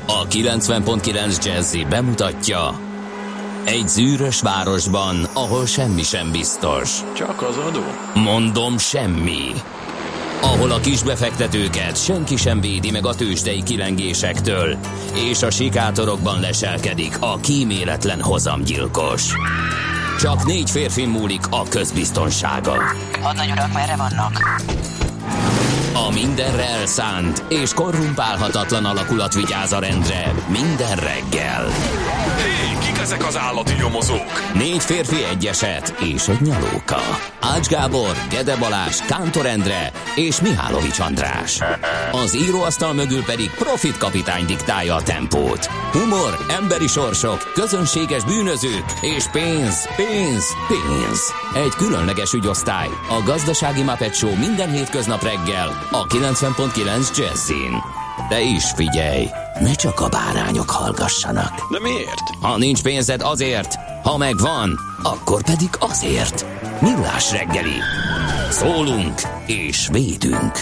A 90.9 Jazzy bemutatja: egy zűrös városban, ahol semmi sem biztos. Csak az adó? Mondom, semmi. Ahol a kisbefektetőket senki sem védi meg a tőzsdei kilengésektől, és a sikátorokban leselkedik a kíméletlen hozamgyilkos. Csak 4 férfi múlik a közbiztonsága. Hadnagy urak, merre vannak? A mindenre elszánt és korrumpálhatatlan alakulat vigyáz a rendre minden reggel. Hé, kik ezek az állati nyomozók? 4 férfi, egy eset és egy nyalóka. Ács Gábor, Gede Balázs, Kántor Endre és Mihálovics András. Az íróasztal mögül pedig Profit kapitány diktálja a tempót. Humor, emberi sorsok, közönséges bűnözők és pénz, pénz, pénz. Egy különleges ügyosztály, a Gazdasági Muppet Show minden hétköznap reggel a 90.9 Jazzin. De is figyelj, ne csak a bárányok hallgassanak. De miért? Ha nincs pénzed, azért, ha megvan, akkor pedig azért. Millás reggeli. Szólunk és védünk.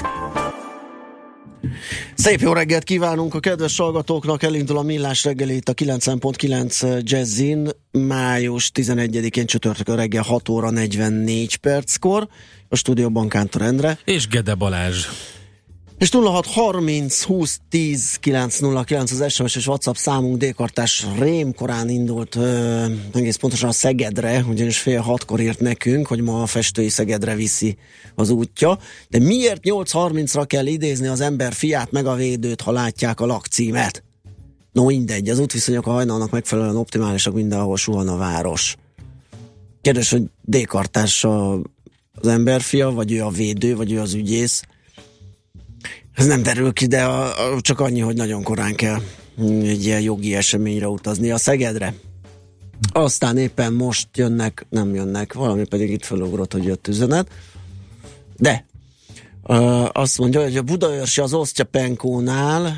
Szép jó reggelt kívánunk a kedves hallgatóknak, elindul a Millás reggeli itt a 90.9 Jazzin, május 11-én csütörtökön reggel 6 óra 44 perckor, a stúdióban Kántor Endre. És Gede Balázs. És 0630 20 10 909 az SMS és WhatsApp számunk, D-kartás rémkorán indult egész pontosan a Szegedre, ugyanis 5:30 írt nekünk, hogy ma a festői Szegedre viszi az útja. De miért 8:30-ra kell idézni az ember fiát meg a védőt, ha látják a lakcímet? No mindegy, az útviszonyok a hajnalnak megfelelően optimálisak mindenhol suhan a város. Kérdés, hogy D-kartás az emberfia, vagy ő a védő, vagy ő az ügyész? Ez nem derül ki, de csak annyi, hogy nagyon korán kell egy ilyen jogi eseményre utazni a Szegedre. Aztán éppen most nem jönnek, valami pedig itt felugrott, hogy jött üzenet. De azt mondja, hogy a Budaörsi az Osztyapenkónál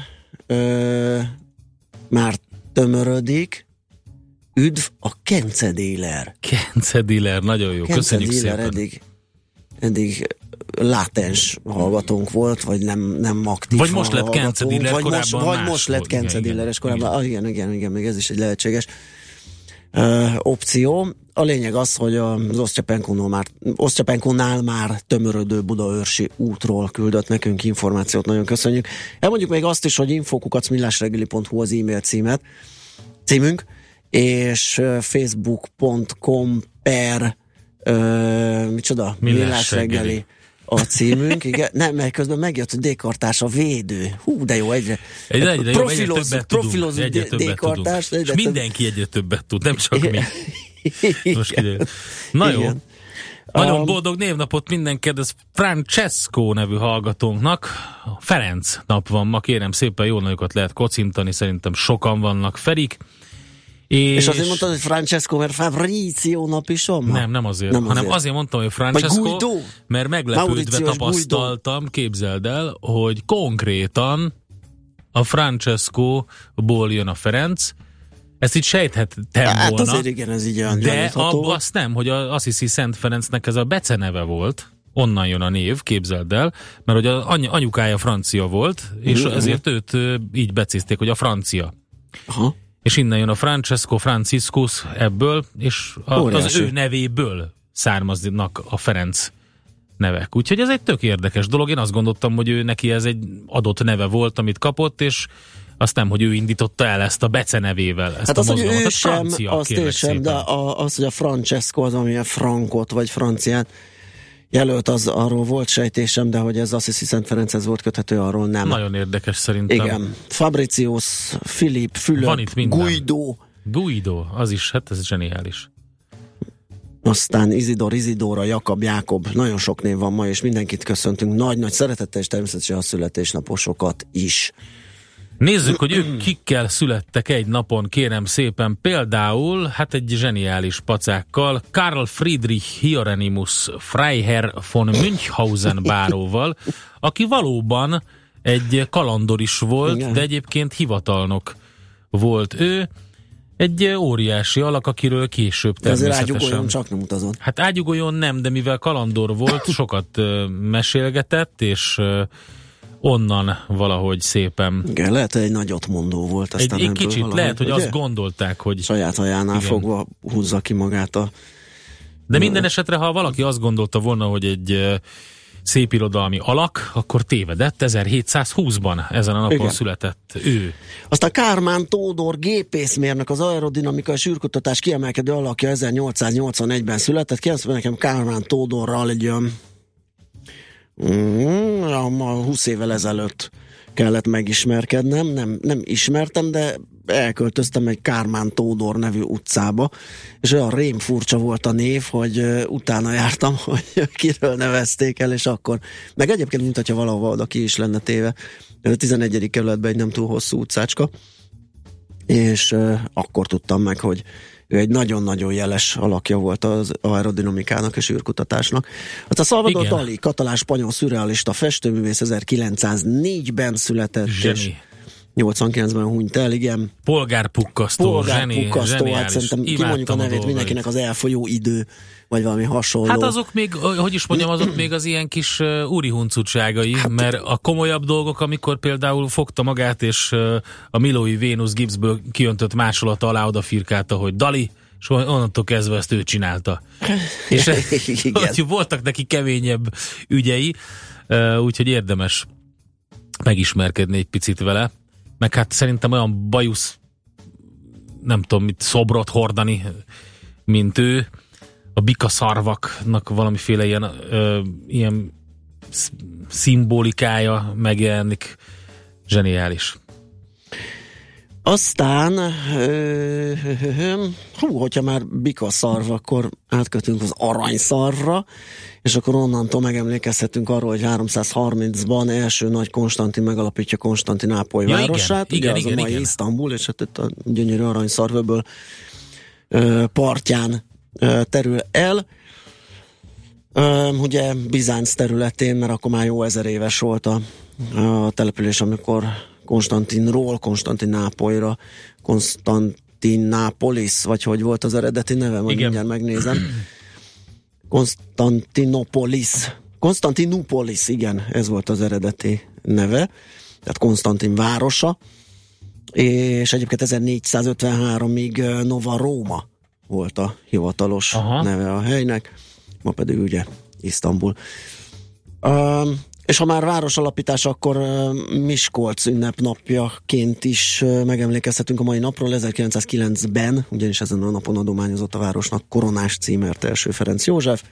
már tömörödik. Üdv a Kence Dealer. Kence Dealer, nagyon jó, Kence köszönjük Dealer szépen. eddig látens hallgatónk volt, vagy nem aktív. Vagy most lett Kence Dealer, vagy most lett Kence Dealeres korábban. Igen, még ez is egy lehetséges opció. A lényeg az, hogy az Osztyapenkónál már tömörödő Budaörsi útról küldött nekünk információt, nagyon köszönjük. Elmondjuk még azt is, hogy info@millásreggeli.hu az e-mail címünk, és facebook.com/micsoda? Millásreggeli a címünk, igen. Nem, mert közben megjött, hogy D-kartás a védő. Hú, de jó, egyre profilozunk D-kartást. És mindenki egyre többet tud, nem csak mi. Most na jó. Igen. Nagyon boldog névnapot minden kedves Francesco nevű hallgatónknak. Ferenc nap van ma, kérem szépen, jó nagyokat lehet kocintani, szerintem sokan vannak Ferik. És azért mondtad, hogy Francesco, mert Fabrizio nap is van ma? Nem azért, hanem azért mondtam, hogy Francesco, mert meglepődve tapasztaltam, képzeld el, hogy konkrétan a Francesco-ból jön a Ferenc. Ezt így sejthettem volna. Hát azért igen, ez így olyan de azt nem, hogy az Assisi Szent Ferencnek ez a beceneve volt, onnan jön a név, képzeld el, mert hogy az anyukája francia volt, és ezért őt így becézték, hogy a francia. Aha. És innen jön a Francesco, Franciscus ebből, és az ő nevéből származnak a Ferenc nevek. Úgyhogy ez egy tök érdekes dolog. Én azt gondoltam, hogy ő neki ez egy adott neve volt, amit kapott, és azt nem, hogy ő indította el ezt a becenevével. Ezt hát a az, hogy ő sem, azt én sem, de az, hogy a Francesco az, amilyen frankot vagy franciát jelölt, az arról volt sejtésem, de hogy ez Assisi Szent Ferenchez volt köthető, arról nem. Nagyon érdekes szerintem. Igen. Fabricius, Filip, Fülöp, Guido, az is, hát ez zseniális. Aztán Izidora, Jakab, Jákob, nagyon sok név van ma, és mindenkit köszöntünk nagy-nagy szeretettel, és természetesen a születésnaposokat is. Nézzük, hogy ők kikkel születtek egy napon, kérem szépen. Például, hát egy zseniális pacákkal, Karl Friedrich Hieronymus Freiherr von Münchhausen báróval, aki valóban egy kalandor is volt, igen, de egyébként hivatalnok volt ő. Egy óriási alak, akiről később természetesen... Ezért ágyugoljon csak nem utazott. Hát ágyugoljon nem, de mivel kalandor volt, sokat mesélgetett, és onnan valahogy szépen. Igen, lehet, hogy egy nagyot mondó volt. Aztán Egy kicsit valahogy, lehet, hogy ugye? azt gondolták, hogy... Saját hajánál igen. fogva húzza ki magát a... De minden esetre, ha valaki azt gondolta volna, hogy egy szépirodalmi alak, akkor tévedett. 1720-ban ezen a napon igen. született ő. Aztán Kármán Tódor gépészmérnök, az aerodinamikai sűrkutatás kiemelkedő alakja 1881-ben született. Kérdeztem nekem Kármán Tódorral egy 20 évvel ezelőtt kellett megismerkednem. Nem ismertem, de elköltöztem egy Kármán Tódor nevű utcába, és olyan rém furcsa volt a név, hogy utána jártam, hogy kiről nevezték el, és akkor, meg egyébként mint hogyha valahova oda ki is lenne téve. A 11. kerületben egy nem túl hosszú utcácska, és akkor tudtam meg, hogy ő egy nagyon-nagyon jeles alakja volt az aerodinamikának és űrkutatásnak. Aztán Salvador Dalí, katalán-spanyol szürrealista festőművész, 1904-ben született, Zseni. és 89-ben hunyt el, igen. Polgárpukkasztó, zseniális. Hát szerintem kimondjuk a nevét mindenkinek, az elfolyó idő, vagy valami hasonló. Hát azok még, hogy is mondjam, azok még az ilyen kis úri huncutságai, mert a komolyabb dolgok, amikor például fogta magát, és a Milói Vénusz gipszből kiöntött másolata alá odafirkálta, hogy Dali, és onnantól kezdve ezt ő csinálta. És voltak neki keményebb ügyei, úgyhogy érdemes megismerkedni egy picit vele. Meg hát szerintem olyan bajusz, nem tudom mit, szobrot hordani, mint ő. A bikaszarvaknak valamiféle ilyen szimbolikája megjelenik. Zseniális. Aztán hogyha már bikaszarv, akkor átkötünk az aranyszarvra, és akkor onnantól megemlékezhetünk arról, hogy 330-ban első nagy Konstantin megalapítja Konstantinápoly városát, igen, az a mai Isztambul, és hát itt a gyönyörű aranyszarvöböl partján terül el. Ugye Bizánc területén, mert akkor már jó 1000 éves volt a település, amikor Konstantinról Konstantinápolyra, Konstantinápolis, vagy hogy volt az eredeti neve, majd mindjárt megnézem. Konstantinupolis, igen, ez volt az eredeti neve, tehát Konstantin városa, és egyébként 1453-ig Nova Róma volt a hivatalos neve a helynek, ma pedig ugye Isztambul. És ha már városalapítás, akkor Miskolc ünnepnapjaként is megemlékezhetünk a mai napról. 1909-ben, ugyanis ezen a napon adományozott a városnak koronás címert első Ferenc József,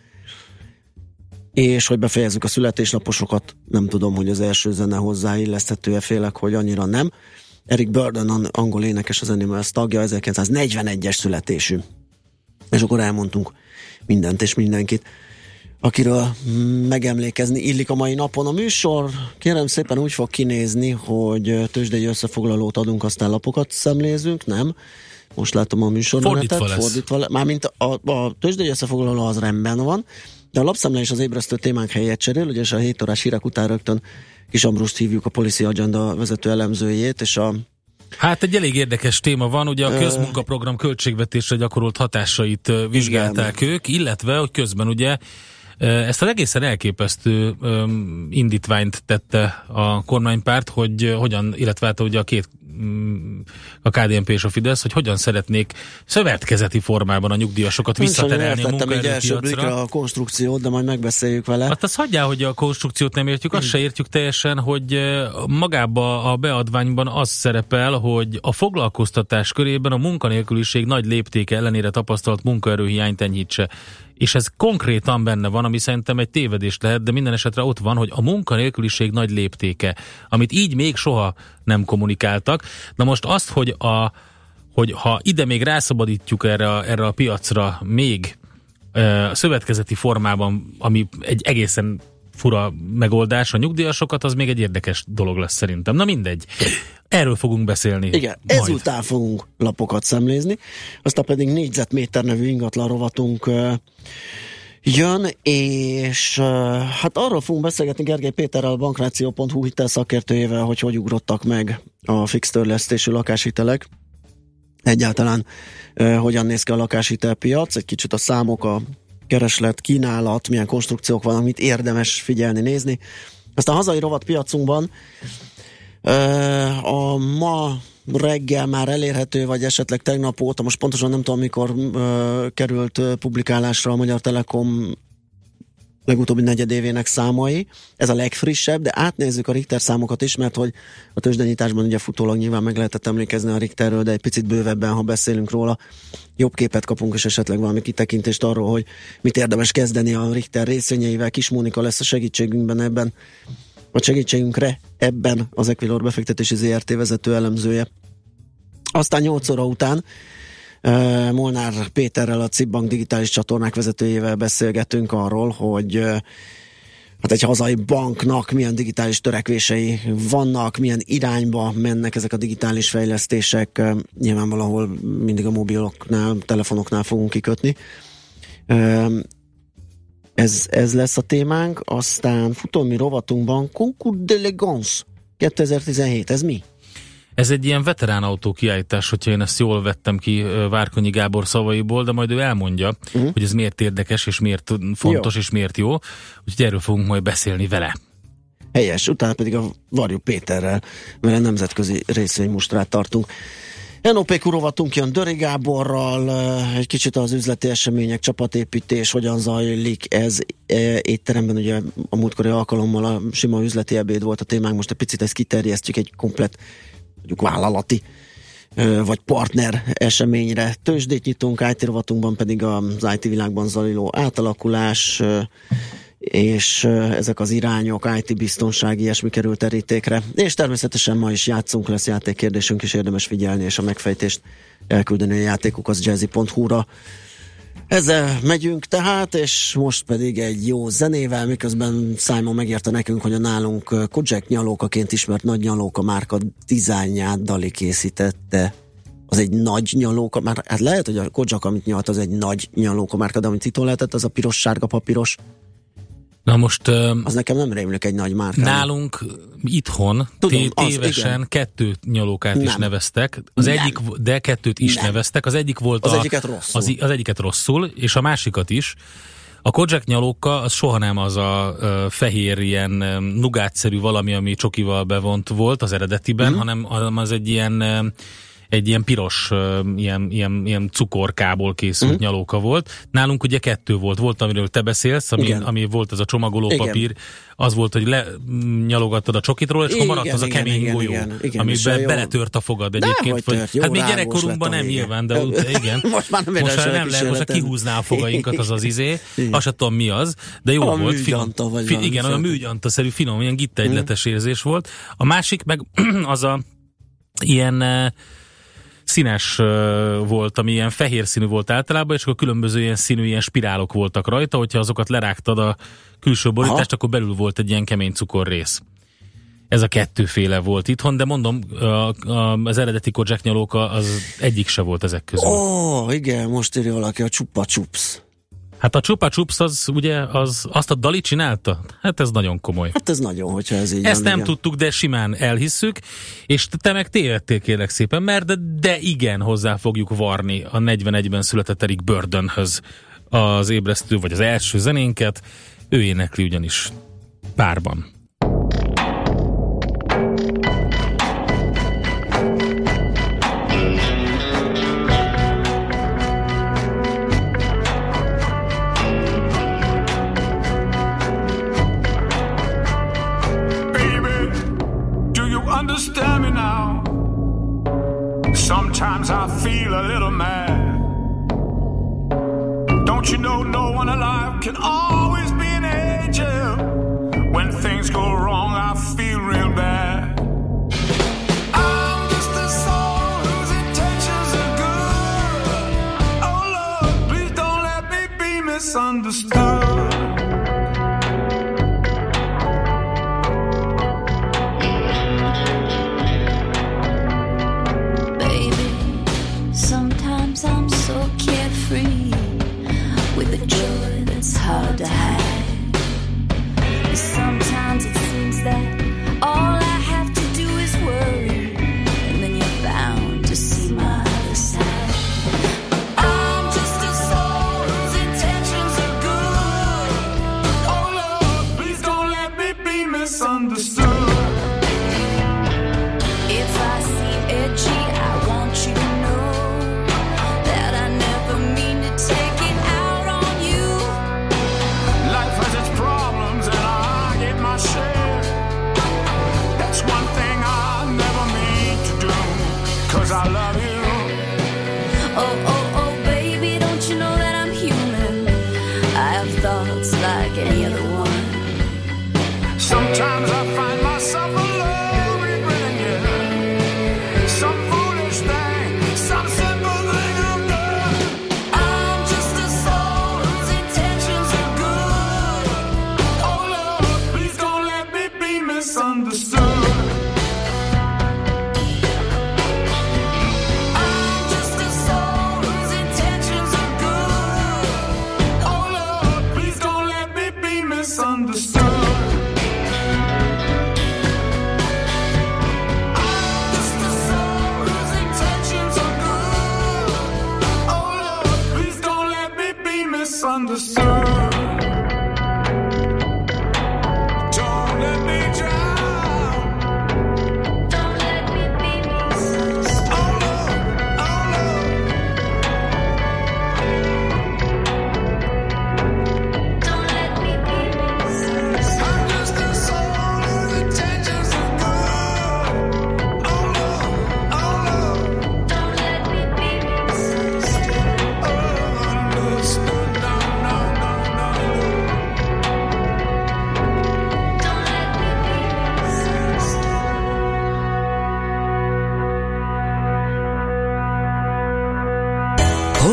és hogy befejezzük a születésnaposokat, nem tudom, hogy az első zene hozzáilleszthető-e, félek, hogy annyira nem. Eric Burdon, angol énekes, az Animals tagja, 1941-es születésű. És akkor elmondtunk mindent és mindenkit, akiről megemlékezni illik a mai napon. A műsor, kérem szépen, úgy fog kinézni, hogy tőzsdei összefoglalót adunk, aztán lapokat szemlézünk, nem? Most látom a műsormenetet. Fordítva. Mármint a tőzsdei összefoglaló az rendben van, de a lapszemlés az ébresztő témánk helyet cserél, ugyanis a 7 órás hírek után rögtön Kis Ambrust hívjuk, a Policy Agenda vezető elemzőjét, és Hát egy elég érdekes téma van, ugye a közmunkaprogram költségvetésre gyakorolt hatásait vizsgálták ők, illetve, hogy közben ugye ezt az egészen elképesztő indítványt tette a kormánypárt, hogy hogyan, illetve hát ugye a KDNP és a Fidesz, hogy hogyan szeretnék szövetkezeti formában a nyugdíjasokat visszaterelni a munkaerőpiacra. A konstrukciót, de majd megbeszéljük vele. Hát azt hagyjál, hogy a konstrukciót nem értjük, azt se értjük teljesen, hogy magába a beadványban az szerepel, hogy a foglalkoztatás körében a munkanélküliség nagy léptéke ellenére tapasztalt munkaerőhiányt enyhítse. És ez konkrétan benne van, ami szerintem egy tévedés lehet, de minden esetre ott van, hogy a munkanélküliség nagy léptéke, amit így még soha nem kommunikáltak. Na most azt, hogy ha ide még rászabadítjuk erre a piacra még szövetkezeti formában, ami egy egészen fura megoldás, a nyugdíjasokat, az még egy érdekes dolog lesz szerintem. Na mindegy. Erről fogunk beszélni. Igen, ezután fogunk lapokat szemlézni, aztán pedig négyzetméter nevű ingatlan rovatunk jön, és hát arról fogunk beszélgetni Gergely Péterrel, a bankráció.hu hitelszakértőjével, hogy ugrottak meg a fix törlesztésű lakáshitelek. Egyáltalán hogyan néz ki a lakáshitelpiac, egy kicsit a számok, a kereslet, kínálat, milyen konstrukciók vannak, amit érdemes figyelni, nézni. Aztán a hazai rovatpiacunkban a ma reggel már elérhető, vagy esetleg tegnap óta, most pontosan nem tudom, mikor került publikálásra a Magyar Telekom legutóbbi negyedévének számai. Ez a legfrissebb, de átnézzük a Richter számokat is, mert hogy a tőzsdenyításban ugye futólag nyilván meg lehetett emlékezni a Richterről, de egy picit bővebben, ha beszélünk róla, jobb képet kapunk, és esetleg valami kitekintést arról, hogy mit érdemes kezdeni a Richter részvényeivel. Kis Mónika lesz a segítségünkben ebben, vagy segítségünkre ebben az Equilor befektetési ZRT vezető elemzője. Aztán 8 óra után Molnár Péterrel, a CIP Bank digitális csatornák vezetőjével beszélgetünk arról, hogy hát egy hazai banknak milyen digitális törekvései vannak, milyen irányba mennek ezek a digitális fejlesztések. Nyilván valahol mindig a mobiloknál, telefonoknál fogunk kikötni. Ez lesz a témánk. Aztán futómű rovatunkban Concours d'Elegance 2017. Ez mi? Ez egy ilyen veterán autó kiállítás, hogyha én ezt jól vettem ki Várkonyi Gábor szavaiból, de majd ő elmondja, hogy ez miért érdekes, és miért fontos, és miért jó. Úgyhogy erről fogunk majd beszélni vele. Helyes, utána pedig a Varjú Péterrel, mert nemzetközi részvénymustrát tartunk. NOPQ rovatunk jön Döri Gáborral, egy kicsit az üzleti események, csapatépítés, hogyan zajlik ez étteremben, ugye a múltkori alkalommal a sima üzleti ebéd volt a témánk, most egy picit ezt kiterjesztjük egy komplet mondjuk vállalati vagy partner eseményre. Tőzsdét nyitunk, IT rovatunkban pedig az IT világban zajló átalakulás, és ezek az irányok, IT biztonsági, ilyesmi kerül terítékre. És természetesen ma is játszunk, lesz játékkérdésünk is, érdemes figyelni, és a megfejtést elküldeni a játékokat jazzy.hu-ra. Ezzel megyünk tehát, és most pedig egy jó zenével, miközben Simon megírta nekünk, hogy a nálunk Kojak nyalókaként ismert nagy nyalóka márka dizájnját Dali készítette. Az egy nagy nyalóka, már hát lehet, hogy a Kojak, amit nyalt, az egy nagy nyalóka márka, de amit itt lehetett, az a piros-sárga papíros. Na most... az nekem nem rémlik egy nagy márka. Nálunk itthon tévesen 2 nyalókát is neveztek. Az egyik, de 2 is neveztek. Az egyik volt az egyiket rosszul. Az egyiket rosszul, és a másikat is. A Kojak nyalóka az soha nem az a fehér, ilyen nugátszerű valami, ami csokival bevont volt az eredetiben, hanem az egy ilyen piros, ilyen cukorkából készült nyalóka volt. Nálunk ugye 2 volt. Volt, amiről te beszélsz, ami volt az a csomagolópapír, az volt, hogy lenyalogattad a csokitról, és akkor maradt az a kemény golyó, amiben beletört a fogad egyébként. Hát mi gyerekkorunkban nem nyilván, de igen. Most már nem lehet, most kihúzná a fogainkat az izé. Azt sem tudom mi az, de jó volt. Igen, olyan műgyantaszerű, finom, ilyen gittegyletes érzés volt. A másik meg az a ilyen színes volt, ami ilyen fehér színű volt általában, és akkor különböző ilyen színű, ilyen spirálok voltak rajta, hogyha azokat lerágtad a külső borítást, akkor belül volt egy ilyen kemény cukorrész. Ez a 2 volt itthon, de mondom, az eredeti Kojak nyalóka az egyik se volt ezek közül. Igen, most írja valaki a Chupa Chups. Hát a Chupa Chups az ugye, azt a Dali csinálta? Hát ez nagyon komoly. Hát ez nagyon, hogyha ez így ezt nem tudtuk, de simán elhisszük, és te meg tévedtél kérlek szépen, mert de igen, hozzá fogjuk varni a 41-ben született Eric Burdonhöz az ébresztő, vagy az első zenénket, ő énekli ugyanis párban. Understand me now. Sometimes I feel a little mad. Don't you know no one alive can always be an angel? When things go wrong, I feel real bad. I'm just a soul whose intentions are good. Oh Lord, please don't let me be misunderstood. I'm so carefree with a joy that's hard to hide. Sometimes it seems that all I have to do is worry, and then you're bound to see my other side. I'm just a soul whose intentions are good.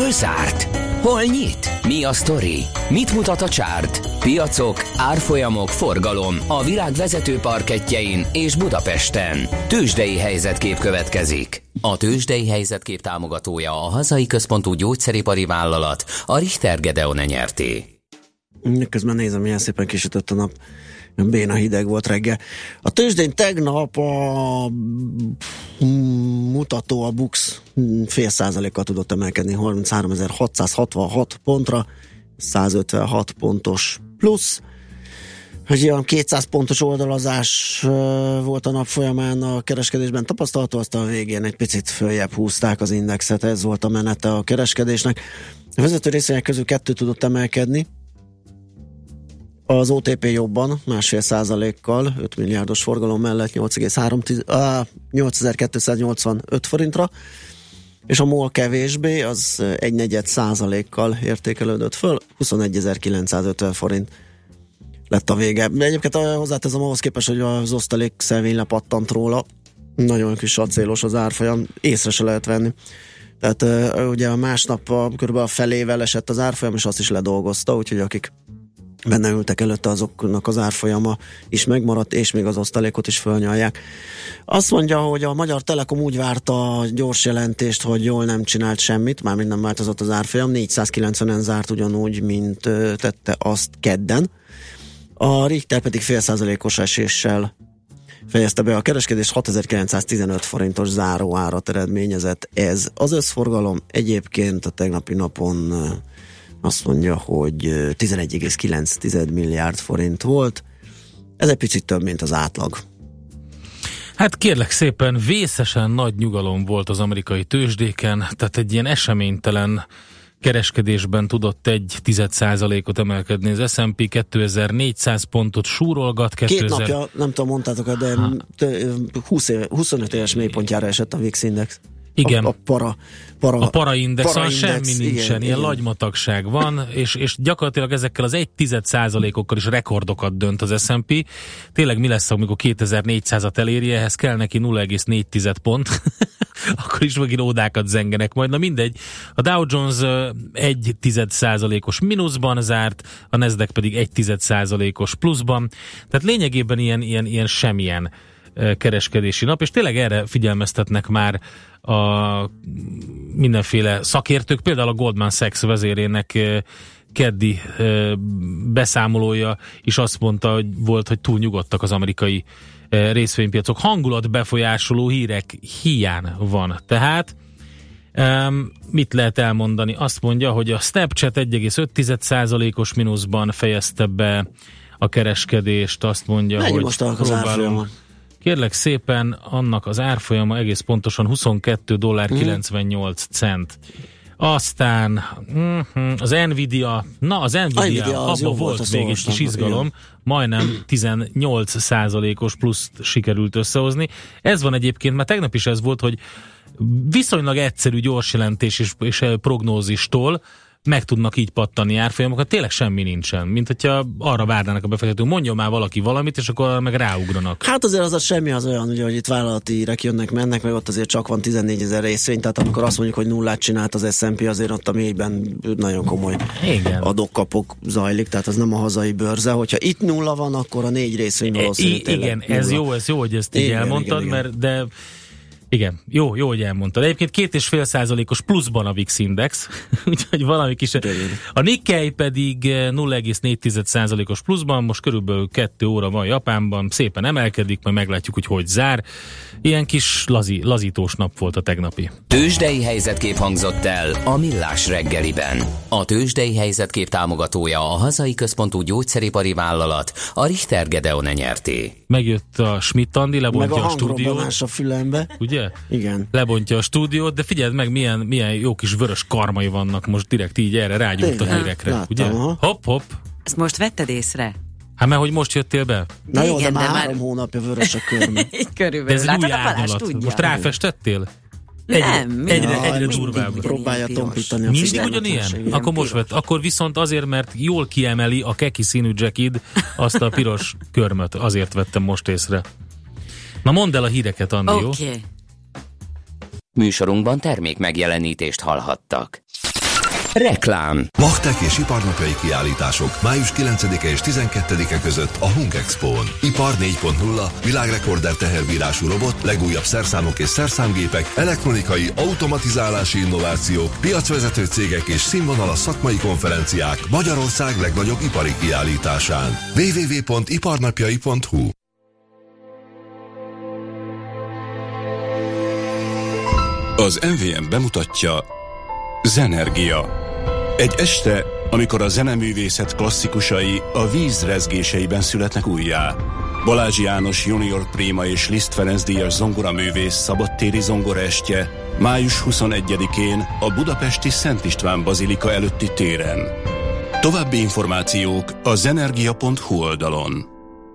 Hol zárt? Hol nyit? Mi a sztori? Mit mutat a csárt? Piacok, árfolyamok, forgalom a világ vezető parkettjein és Budapesten. Tőzsdei helyzetkép következik. A Tőzsdei helyzetkép támogatója a hazai központú gyógyszeripari vállalat, a Richter Gedeon Nyerté. Közben nézem, milyen szépen kisütött a nap. Béna hideg volt reggel. A tőzsdén tegnap a mutató, a BUX 0,5%-kal tudott emelkedni 33.666 pontra, 156 pontos plusz. Hogy olyan 200 pontos oldalazás volt a nap folyamán a kereskedésben tapasztalható, aztán a végén egy picit följebb húzták az indexet, ez volt a menete a kereskedésnek. A vezető részvények közül 2 tudott emelkedni, az OTP jobban, 1,5%-kal, 5 milliárdos forgalom mellett 8285 forintra, és a MOL kevésbé, az 1,4%-kal értékelődött föl, 21.950 forint lett a vége. Egyébként hozzáteszem ahhoz képest, hogy az osztalékszelvény lepattant róla, nagyon kis acélos az árfolyam, észre se lehet venni. Tehát ugye a másnap körülbelül a felével esett az árfolyam, és azt is ledolgozta, úgyhogy akik benne ültek előtte, azoknak az árfolyama is megmaradt, és még az osztalékot is fölnyalják. Azt mondja, hogy a Magyar Telekom úgy várta a gyors jelentést, hogy jól nem csinált semmit, mármint nem változott az árfolyam, 490-en zárt ugyanúgy, mint tette azt kedden. A Richter pedig 0,5%-os eséssel fejezte be a kereskedést, 6915 forintos záróárat eredményezett ez. Az összforgalom egyébként a tegnapi napon azt mondja, hogy 11,9 milliárd forint volt. Ez egy picit több, mint az átlag. Hát kérlek szépen, vészesen nagy nyugalom volt az amerikai tőzsdéken, tehát egy ilyen eseménytelen kereskedésben tudott 1,1%-ot emelkedni az S&P, 2400 pontot súrolgat. 2 napja, nem tudom, mondtátok, de 25 éves mélypontjára esett a VIX Index. Igen. A paraindex, semmi nincsen, ilyen igen. lagymatagság van, és gyakorlatilag ezekkel az 1,1%-okkal is rekordokat dönt az S&P. Tényleg mi lesz, amikor 2400-at eléri, ehhez kell neki 0,4 pont, akkor is megint ódákat zengenek majd. Na mindegy, a Dow Jones 1,1%-os mínuszban zárt, a Nasdaq pedig 1,1%-os pluszban. Tehát lényegében ilyen semmilyen kereskedési nap, és tényleg erre figyelmeztetnek már a mindenféle szakértők, például a Goldman Sachs vezérének keddi beszámolója is azt mondta, hogy volt, túl nyugodtak az amerikai részvénypiacok. Hangulat befolyásoló hírek hiány van. Tehát mit lehet elmondani? Azt mondja, hogy a Snapchat 1,5%-os mínuszban fejezte be a kereskedést, azt mondja, mennyi hogy most az árfolyamon? Kérlek szépen, annak az árfolyama egész pontosan $22.98. Aztán az Nvidia, abban volt még egy kis izgalom, majdnem 18%-os pluszt sikerült összehozni. Ez van egyébként, mert tegnap is ez volt, hogy viszonylag egyszerű gyors jelentés és prognózistól meg tudnak így pattani árfolyamokat, tényleg semmi nincsen, mint hogyha arra várnának a befektetők, mondjon már valaki valamit, és akkor meg ráugranak. Hát azért az a semmi az olyan, ugye, hogy itt vállalati hírek jönnek, mennek, meg ott azért csak van 14 000 részvény, tehát amikor azt mondjuk, hogy nullát csinált az S&P, azért ott a mélyben nagyon komoly adok-kapok zajlik, tehát az nem a hazai bőrze, hogyha itt nulla van, akkor a 4 részvény valószínűleg igen, ez jó, hogy ezt így elmondtad, igen. Mert de igen, jó, hogy elmondtad. Egyébként 2,5%-os pluszban a VIX Index, úgyhogy valami kis... A Nikkei pedig 0,4%-os pluszban, most körülbelül 2 óra van Japánban, szépen emelkedik, majd meglátjuk, hogy zár. Ilyen kis lazítós nap volt a tegnapi. Tőzsdei helyzetkép hangzott el a Millás reggeliben. A Tőzsdei helyzetkép támogatója a hazai központú gyógyszeripari vállalat, a Richter Gedeon Nyerté. Megjött a Schmidt Andi, lebontja a stúdiót. Meg a fülembe. Ugye? Igen. Lebontja a stúdiót, de figyeld meg, milyen jó kis vörös karmai vannak most direkt így erre rágyújt a hírekre. Láttam, ugye? Hopp. Ezt most vetted észre? Hát mert hogy most jöttél be? Na jó, igen, de már már 3 hónapja vörös a körme. Körülbelül. De ez egy új Látod, a Balázs árnyalat. tudja. Most ráfestettél? Egyre durvább. Próbálja tompítani a Mindig figyelmet. ugyanilyen? Igen, Akkor most piros. akkor viszont azért, mert jól kiemeli a keki színű jackid azt a piros körmöt. Azért vettem most észre. Na mondd el a híreket, Andi, jó? Oké. Műsorunkban termék megjelenítést hallhattak. Reklám. Magtek és iparnapjai kiállítások május 9-e és 12-e között a Hung Expo-n. Ipar 4.0, világrekorder teherbírású robot, legújabb szerszámok és szerszámgépek, elektronikai, automatizálási innovációk, piacvezető cégek és színvonalas szakmai konferenciák Magyarország legnagyobb ipari kiállításán. www.iparnapjai.hu. Az MVM bemutatja Zenergia. Egy este, amikor a zeneművészet klasszikusai a víz rezgéseiben születnek újjá. Balázs János junior préma és Liszt Ferenc díjas zongoraművész szabadtéri zongoraestje május 21-én a budapesti Szent István bazilika előtti téren. További információk a zenergia.hu oldalon.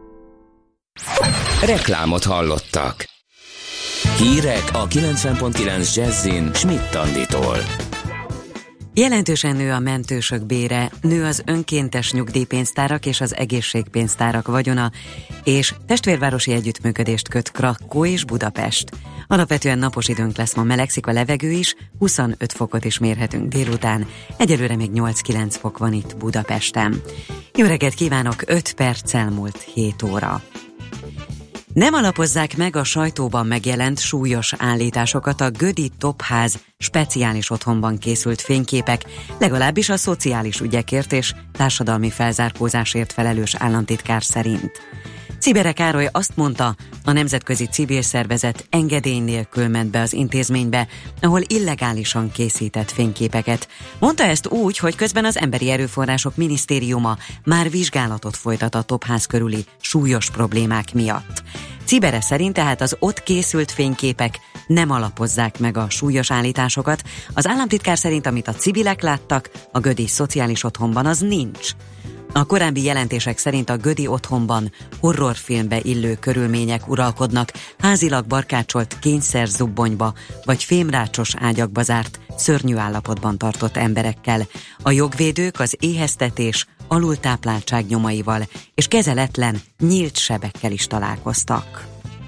Reklámot hallottak. Hírek a 90.9 Jazzin Schmidt Anditól. Jelentősen nő a mentősök bére, nő az önkéntes nyugdíjpénztárak és az egészségpénztárak vagyona, és testvérvárosi együttműködést köt Krakkó és Budapest. Alapvetően napos időnk lesz, ma melegszik a levegő is, 25 fokot is mérhetünk délután, egyelőre még 8-9 fok van itt Budapesten. Jó reggelt kívánok, 5 perccel múlt 7 óra. Nem alapozzák meg a sajtóban megjelent súlyos állításokat a Gödi Topház speciális otthonban készült fényképek, legalábbis a szociális ügyekért és társadalmi felzárkózásért felelős államtitkár szerint. Cibere Károly azt mondta, a nemzetközi civil szervezet engedély nélkül ment be az intézménybe, ahol illegálisan készített fényképeket. Mondta ezt úgy, hogy közben az Emberi Erőforrások Minisztériuma már vizsgálatot folytat a Topház körüli súlyos problémák miatt. Cibere szerint tehát az ott készült fényképek nem alapozzák meg a súlyos állításokat. Az államtitkár szerint, amit a civilek láttak a Gödi szociális otthonban, az nincs. A korábbi jelentések szerint a Gödi otthonban horrorfilmbe illő körülmények uralkodnak, házilag barkácsolt kényszerzubbonyba vagy fémrácsos ágyakba zárt, szörnyű állapotban tartott emberekkel. A jogvédők az éheztetés, alultápláltság nyomaival és kezeletlen, nyílt sebekkel is találkoztak.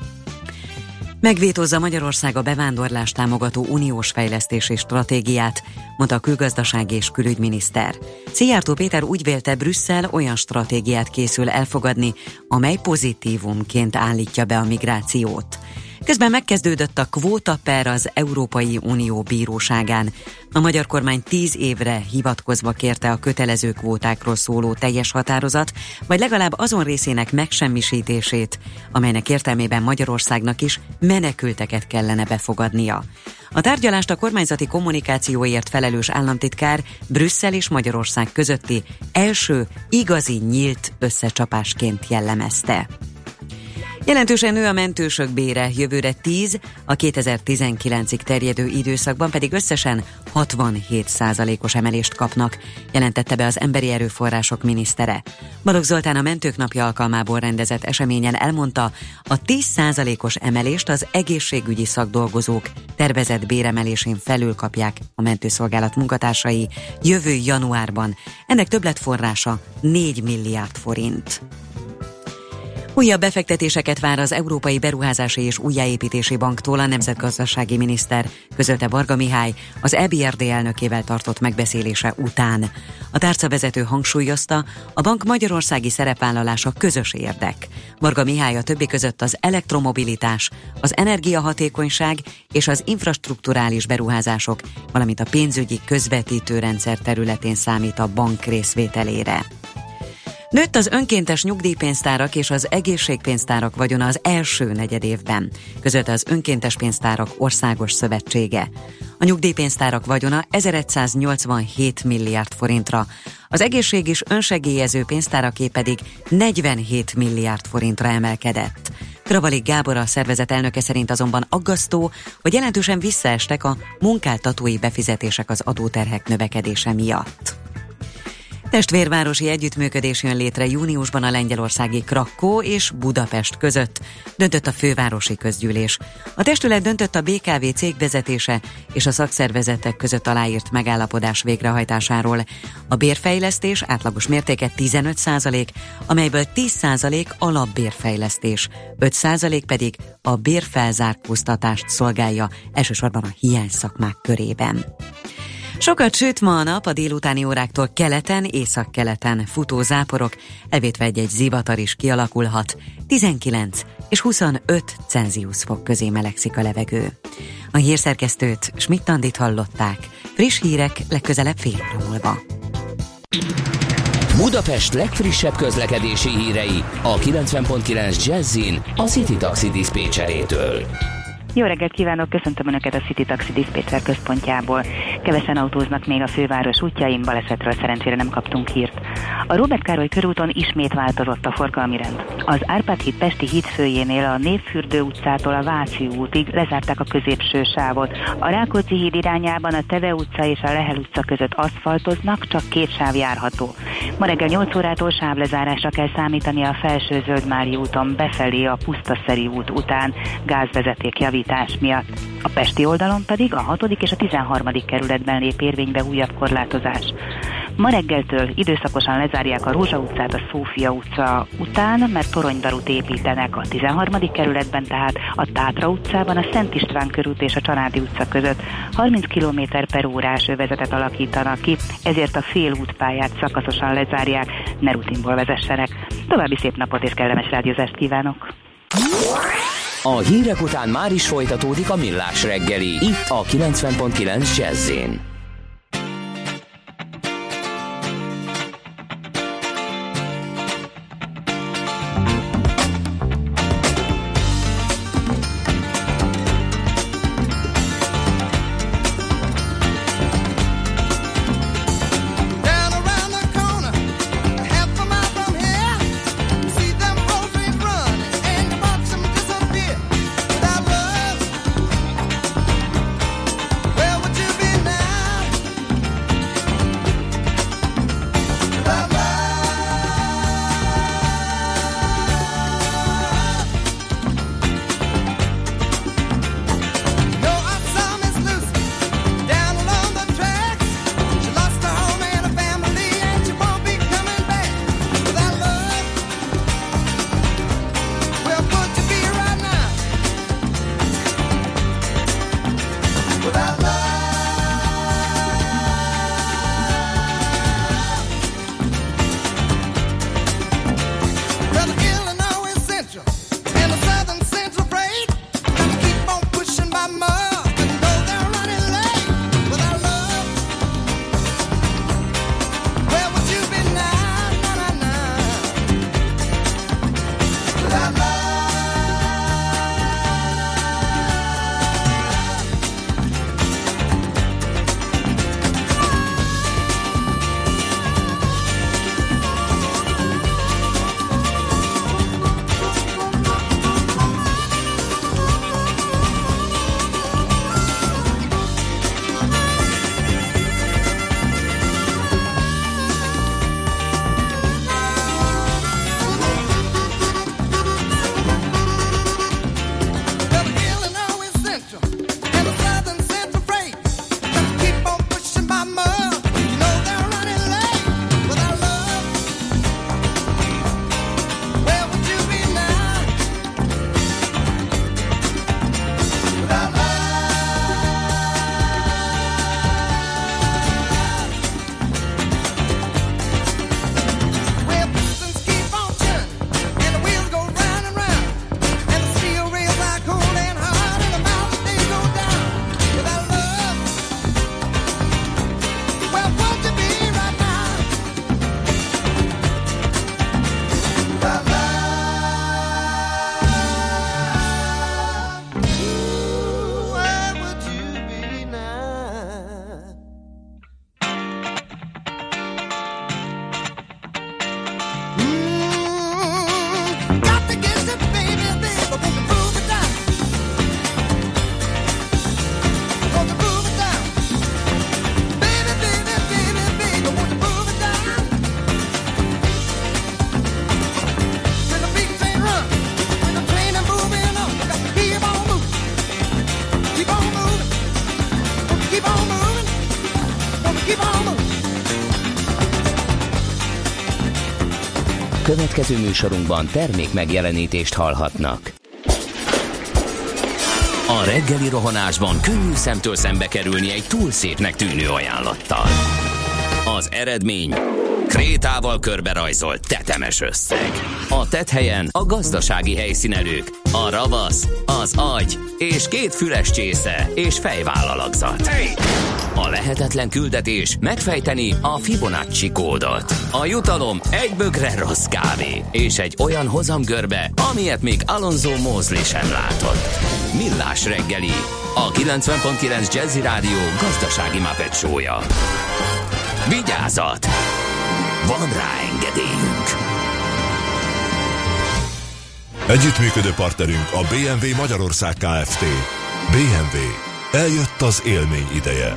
Megvétózza Magyarország a bevándorlást támogató uniós fejlesztési stratégiát, mondta a külgazdasági és külügyminiszter. Szijjártó Péter úgy vélte, Brüsszel olyan stratégiát készül elfogadni, amely pozitívumként állítja be a migrációt. Közben megkezdődött a kvótaper az Európai Unió bíróságán. A magyar kormány 10 évre hivatkozva kérte a kötelező kvótákról szóló teljes határozat, vagy legalább azon részének megsemmisítését, amelynek értelmében Magyarországnak is menekülteket kellene befogadnia. A tárgyalást a kormányzati kommunikációért felelős államtitkár Brüsszel és Magyarország közötti első igazi nyílt összecsapásként jellemezte. Jelentősen nő a mentősök bére, jövőre 10, a 2019-ig terjedő időszakban pedig összesen 67%-os emelést kapnak, jelentette be az Emberi Erőforrások minisztere. Balogh Zoltán a Mentők Napja alkalmából rendezett eseményen elmondta, a 10%-os emelést az egészségügyi szakdolgozók tervezett béremelésén felül kapják a mentőszolgálat munkatársai jövő januárban. Ennek többletforrása 4 milliárd forint. Újabb befektetéseket vár az Európai Beruházási és Újjáépítési Banktól a nemzetgazdasági miniszter, közölte Varga Mihály az EBRD elnökével tartott megbeszélése után. A tárcavezető hangsúlyozta, a bank magyarországi szerepvállalása közös érdek. Varga Mihály a többi között az elektromobilitás, az energiahatékonyság és az infrastrukturális beruházások, valamint a pénzügyi közvetítőrendszer területén számít a bank részvételére. Nőtt az önkéntes nyugdíjpénztárak és az egészségpénztárak vagyona az első negyedévben, közölte az Önkéntes Pénztárak Országos Szövetsége. A nyugdíjpénztárak vagyona 1187 milliárd forintra, az egészség- és önsegélyező pénztáraké pedig 47 milliárd forintra emelkedett. Kravalik Gábor, a szervezet elnöke szerint azonban aggasztó, hogy jelentősen visszaestek a munkáltatói befizetések az adóterhek növekedése miatt. Testvérvárosi együttműködés jön létre júniusban a lengyelországi Krakkó és Budapest között, döntött a fővárosi közgyűlés. A testület döntött a BKV cégvezetése és a szakszervezetek között aláírt megállapodás végrehajtásáról. A bérfejlesztés átlagos mértéke 15%, amelyből 10% alapbérfejlesztés, 5% pedig a bérfelzárkóztatást szolgálja, elsősorban a hiányszakmák körében. Sokat süt ma a nap, a délutáni óráktól keleten, északkeleten futó záporok, elvétve egy-egy zivatar is kialakulhat. 19 és 25 Celsius fok közé melegszik a levegő. A hírszerkesztőt, Schmidt-Andit hallották. Friss hírek legközelebb fél óra múlva. Budapest legfrissebb közlekedési hírei a 90.9 Jazzin a City Taxi diszpécserétől. Jó reggelt kívánok, köszöntöm Önöket a City Taxi diszpécser központjából. Kevesen autóznak még a főváros útjain, balesetről szerencsére nem kaptunk hírt. A Róbert Károly körúton ismét változott a forgalmi rend. Az Árpád híd Pesti hídfőjénél a Névfürdő utcától a Váci útig lezárták a középső sávot. A Rákóczi híd irányában a Teve utca és a Lehel utca között aszfaltoznak, csak 2 sáv járható. Ma reggel 8 órától sávlezárásra kell számítani a Felső Zöldmári úton befelé a Pusztaszeri út után gázvezeték javítás miatt. A pesti oldalon pedig a 6. és a 13. kerületben lép érvénybe újabb korlátozás. Ma reggeltől időszakosan lezárják a Rózsa utcát a Szófia utca után, mert toronydarut építenek a 13. kerületben, tehát a Tátra utcában a Szent István körút és a Csanádi utca között 30 km/h övezetet alakítanak ki, ezért a félútpályát szakaszosan lezárják, ne rutinból vezessenek. További szép napot és kellemes rádiózást kívánok! A hírek után már is folytatódik a Millás reggeli, itt a 90.9 Jazzin. Következő műsorunkban termék megjelenítést hallhatnak. A reggeli rohanásban könnyű szemtől szembe kerülni egy túl szépnek tűnő ajánlattal. Az eredmény krétával körberajzolt tetemes összeg. A tetthelyen a gazdasági helyszínelők, a ravasz, az agy és 2 füles csésze és fejvállalakzat. A lehetetlen küldetés megfejteni a Fibonacci kódot. A jutalom egy bögre rossz kávé és egy olyan hozamgörbe, amilyet még Alonso Mosley sem látott. Millás reggeli, a 90.9 Jazzy Rádió gazdasági Muppet show-ja. Vigyázat! Van rá engedélyünk! Együttműködő partnerünk a BMW Magyarország Kft. BMW. Eljött az élmény ideje.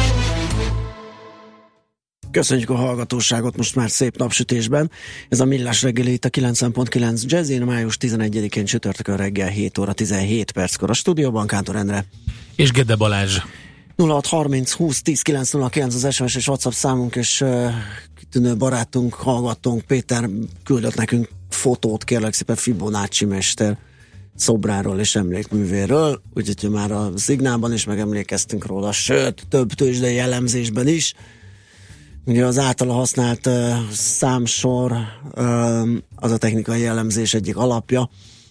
Köszönjük a hallgatóságot most már szép napsütésben. Ez a Millás reggeli itt a 90.9 Jazzin, május 11-én csütörtökön reggel 7 óra 17 perckor a stúdióban Kántor Endre. És Gede Balázs. 0630 20 10 909 az SMS és WhatsApp számunk, és kitűnő barátunk, hallgatónk Péter küldött nekünk fotót, kérlek szépen Fibonacci mester szobráról és emlékművéről, úgyhogy már a szignálban is megemlékeztünk róla, sőt, több tőzsdei elemzésben is. Ugye az általa használt számsor az a technikai elemzés egyik alapja,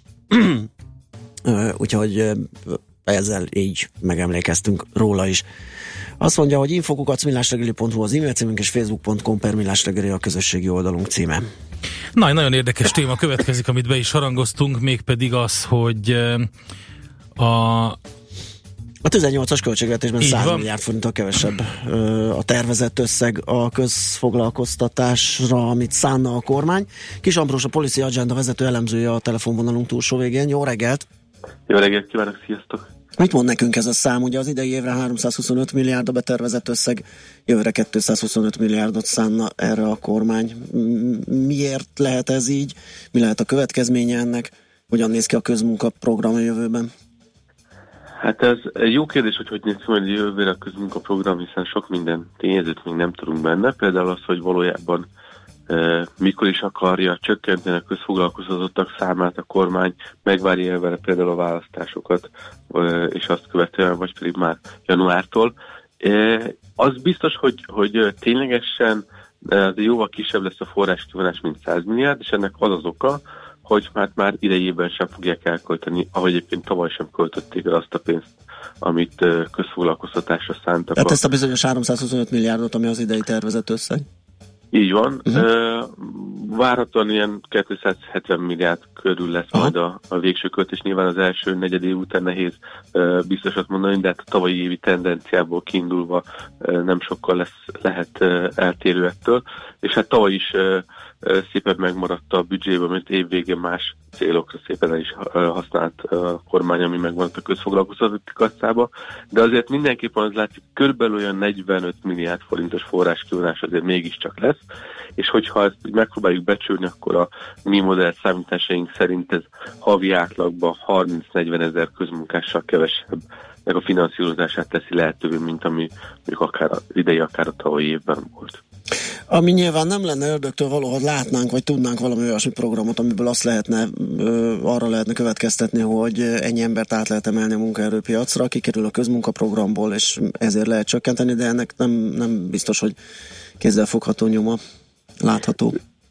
úgyhogy ezzel így megemlékeztünk róla is. Azt mondja, hogy info@millásreggeli.hu az e-mail címünk, és facebook.com/millásreggeli a közösségi oldalunk címe. Nagyon érdekes téma következik, amit be is harangoztunk, mégpedig az, hogy a 18-as költségvetésben 100 van. milliárd forinttal kevesebb a tervezett összeg a közfoglalkoztatásra, amit szánna a kormány. Kis Ambrós, a Policy Agenda vezető elemzője a telefonvonalunk túlsó végén. Jó reggelt! Jó reggelt kívánok, sziasztok! Mit mond nekünk ez a szám? Ugye az idei évre 325 milliárd a betervezett összeg, jövőre 225 milliárdot szánna erre a kormány. Miért lehet ez így? Mi lehet a következménye ennek? Hogyan néz ki a közmunkaprogram a jövőben? Hát ez egy jó kérdés, hogy néz ki majd jövőre a közmunkaprogram, hiszen sok minden tényezőt még nem tudunk benne. Például az, hogy valójában mikor is akarja csökkenteni a közfoglalkoztatottak számát a kormány, megvárja vele például a választásokat, és azt követően, vagy pedig már januártól. Az biztos, hogy ténylegesen jóval kisebb lesz a forráskívánás, mint 100 milliárd, és ennek az oka, hogy már idejében sem fogják elkölteni, ahogy egyébként tavaly sem költötték el azt a pénzt, amit közfoglalkoztatásra szántak. Tehát ezt a bizonyos 325 milliárdot, ami az idei tervezett összeg? Így van. Várhatóan ilyen 270 milliárd körül lesz majd a végső költés. Nyilván az első negyedév után nehéz biztosat mondani, de hát a tavalyi évi tendenciából kiindulva nem sokkal lehet eltérő ettől. És hát tavaly is szépen megmaradt a büdzsében, amit évvégén más célokra szépen el is használt a kormány, ami megmaradt a közfoglalkoztatói kasszába, de azért mindenképpen az látszik, körülbelül olyan 45 milliárd forintos forráskívánás azért mégiscsak lesz, és hogyha ezt megpróbáljuk becsülni, akkor a mi modell számításaink szerint ez havi átlagban 30-40 ezer közmunkással kevesebb meg a finanszírozását teszi lehetővé, mint ami akár az idei, akár a tavalyi évben volt. Ami nyilván nem lenne ördögtől való, hogy látnánk, vagy tudnánk valami olyasmi programot, amiből azt lehetne, arra lehetne következtetni, hogy ennyi embert át lehet emelni a munkaerőpiacra, kikerül a közmunkaprogramból, és ezért lehet csökkenteni, de ennek nem biztos, hogy kézzelfogható nyoma látható.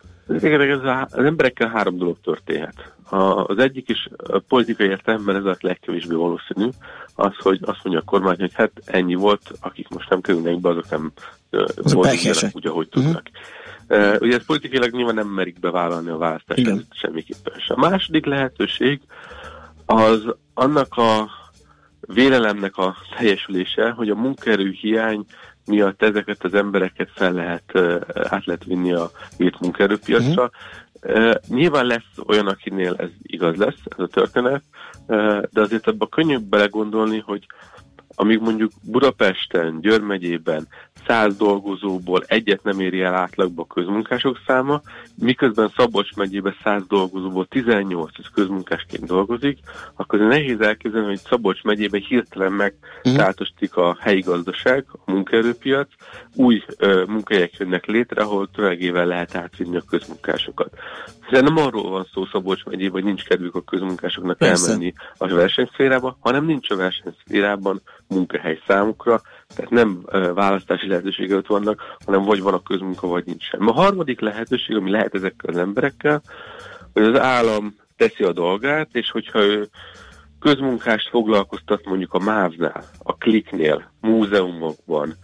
Az emberekkel 3 dolog történhet. Az egyik is a politikai értelemben ez a legkevésbé valószínű, az, hogy azt mondja a kormány, hogy hát ennyi volt, akik most nem kerülnek be, azok nem boldogulnak úgy, ahogy tudnak. Ugye ez politikailag nyilván nem merik bevállalni a választást semmiképpen sem. A második lehetőség az annak a vélelemnek a teljesülése, hogy a munkaerő hiány miatt ezeket az embereket át lehet vinni a nyílt munkaerőpiacra. Nyilván lesz olyan, akinél ez igaz lesz, ez a történet, de azért abban könnyű belegondolni, hogy amíg mondjuk Budapesten, Győr megyében 100 dolgozóból egyet nem éri el átlagba a közmunkások száma, miközben Szabolcs megyében 100 dolgozóból 18 közmunkásként dolgozik, akkor nehéz elképzelni, hogy Szabolcs megyében hirtelen megtáltostik a helyi gazdaság, a munkaerőpiac, új munkahelyek jönnek létre, ahol tömegével lehet átvinni a közmunkásokat. Szerintem nem arról van szó Szabolcs megyében, hogy nincs kedvük a közmunkásoknak elmenni a versenyszférába, hanem nincs a versenyszférában munkahely számukra, tehát nem választási lehetőségek ott vannak, hanem vagy van a közmunka, vagy nincs sem. A harmadik lehetőség, ami lehet ezekkel az emberekkel, hogy az állam teszi a dolgát, és hogyha ő közmunkást foglalkoztat mondjuk a MÁV-nál, a Kliknél, múzeumokban,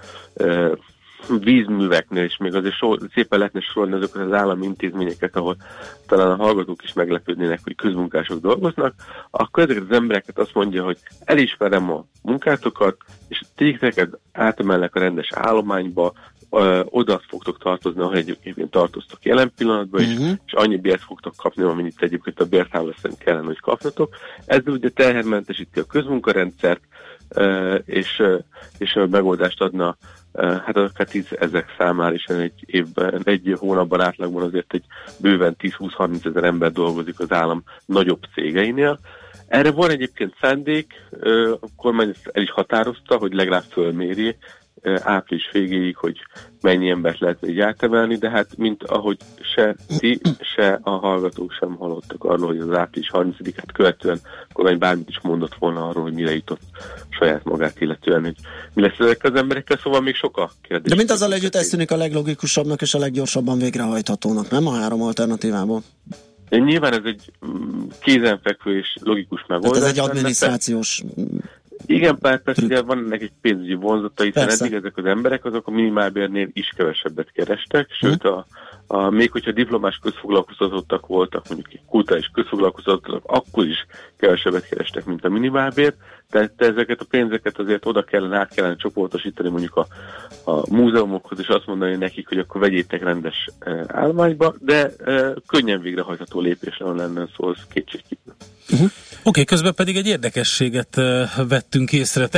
vízműveknél, és még azért szépen lehetne sorolni azokat az állami intézményeket, ahol talán a hallgatók is meglepődnének, hogy közmunkások dolgoznak, akkor ezeket az embereket azt mondja, hogy elismerem a munkátokat, és téged átemelnek a rendes állományba, oda fogtok tartozni, ahol egyébként tartoztok jelen pillanatban, és annyi bért fogtok kapni, amennyit egyébként a bértámla szerint kellene, hogy kapnatok. Ezzel ugye terhermentesíti a közmunkarendszert, és megoldást adna hát akár 10 000 számára is egy hónapban átlagban azért egy bőven 10-20-30 ezer ember dolgozik az állam nagyobb cégeinél. Erre van egyébként szándék, a kormány ezt el is határozta, hogy legalább fölméri április végéig, hogy mennyi embert lehetne így átemelni, de hát mint ahogy se ti, se a hallgatók sem hallottak arról, hogy az április 30-át követően a kormány bármit is mondott volna arról, hogy mire jutott saját magát illetően, hogy mi lesz ezekkel az emberekkel, szóval még sok a kérdés. De mint azzal együtt ez tűnik a leglogikusabbnak és a leggyorsabban végrehajthatónak, nem a három alternatívából? Nyilván ez egy kézenfekvő és logikus megoldás. Tehát ez egy adminisztrációs... Igen, persze, ugye van ennek egy pénzügyi vonzata, hiszen eddig ezek az emberek azok a minimálbérnél is kevesebbet kerestek, sőt, még hogyha diplomás közfoglalkoztatottak voltak, mondjuk egy kulturális közfoglalkoztatottak, akkor is kevesebbet kerestek, mint a minimálbér, tehát ezeket a pénzeket azért át kellene csoportosítani mondjuk a múzeumokhoz, és azt mondani nekik, hogy akkor vegyétek rendes állományba, de könnyen végrehajtható lépésre lenne szó, az kétségkívül. Oké, közben pedig egy érdekességet vehettünk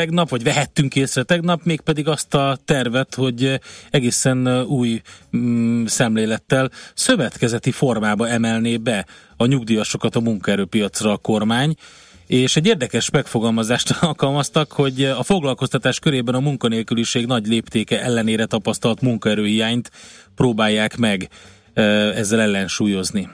észre tegnap, mégpedig azt a tervet, hogy egészen új szemlélettel szövetkezeti formába emelné be a nyugdíjasokat a munkaerőpiacra a kormány, és egy érdekes megfogalmazást alkalmaztak, hogy a foglalkoztatás körében a munkanélküliség nagy léptéke ellenére tapasztalt munkaerőhiányt próbálják meg ezzel ellensúlyozni.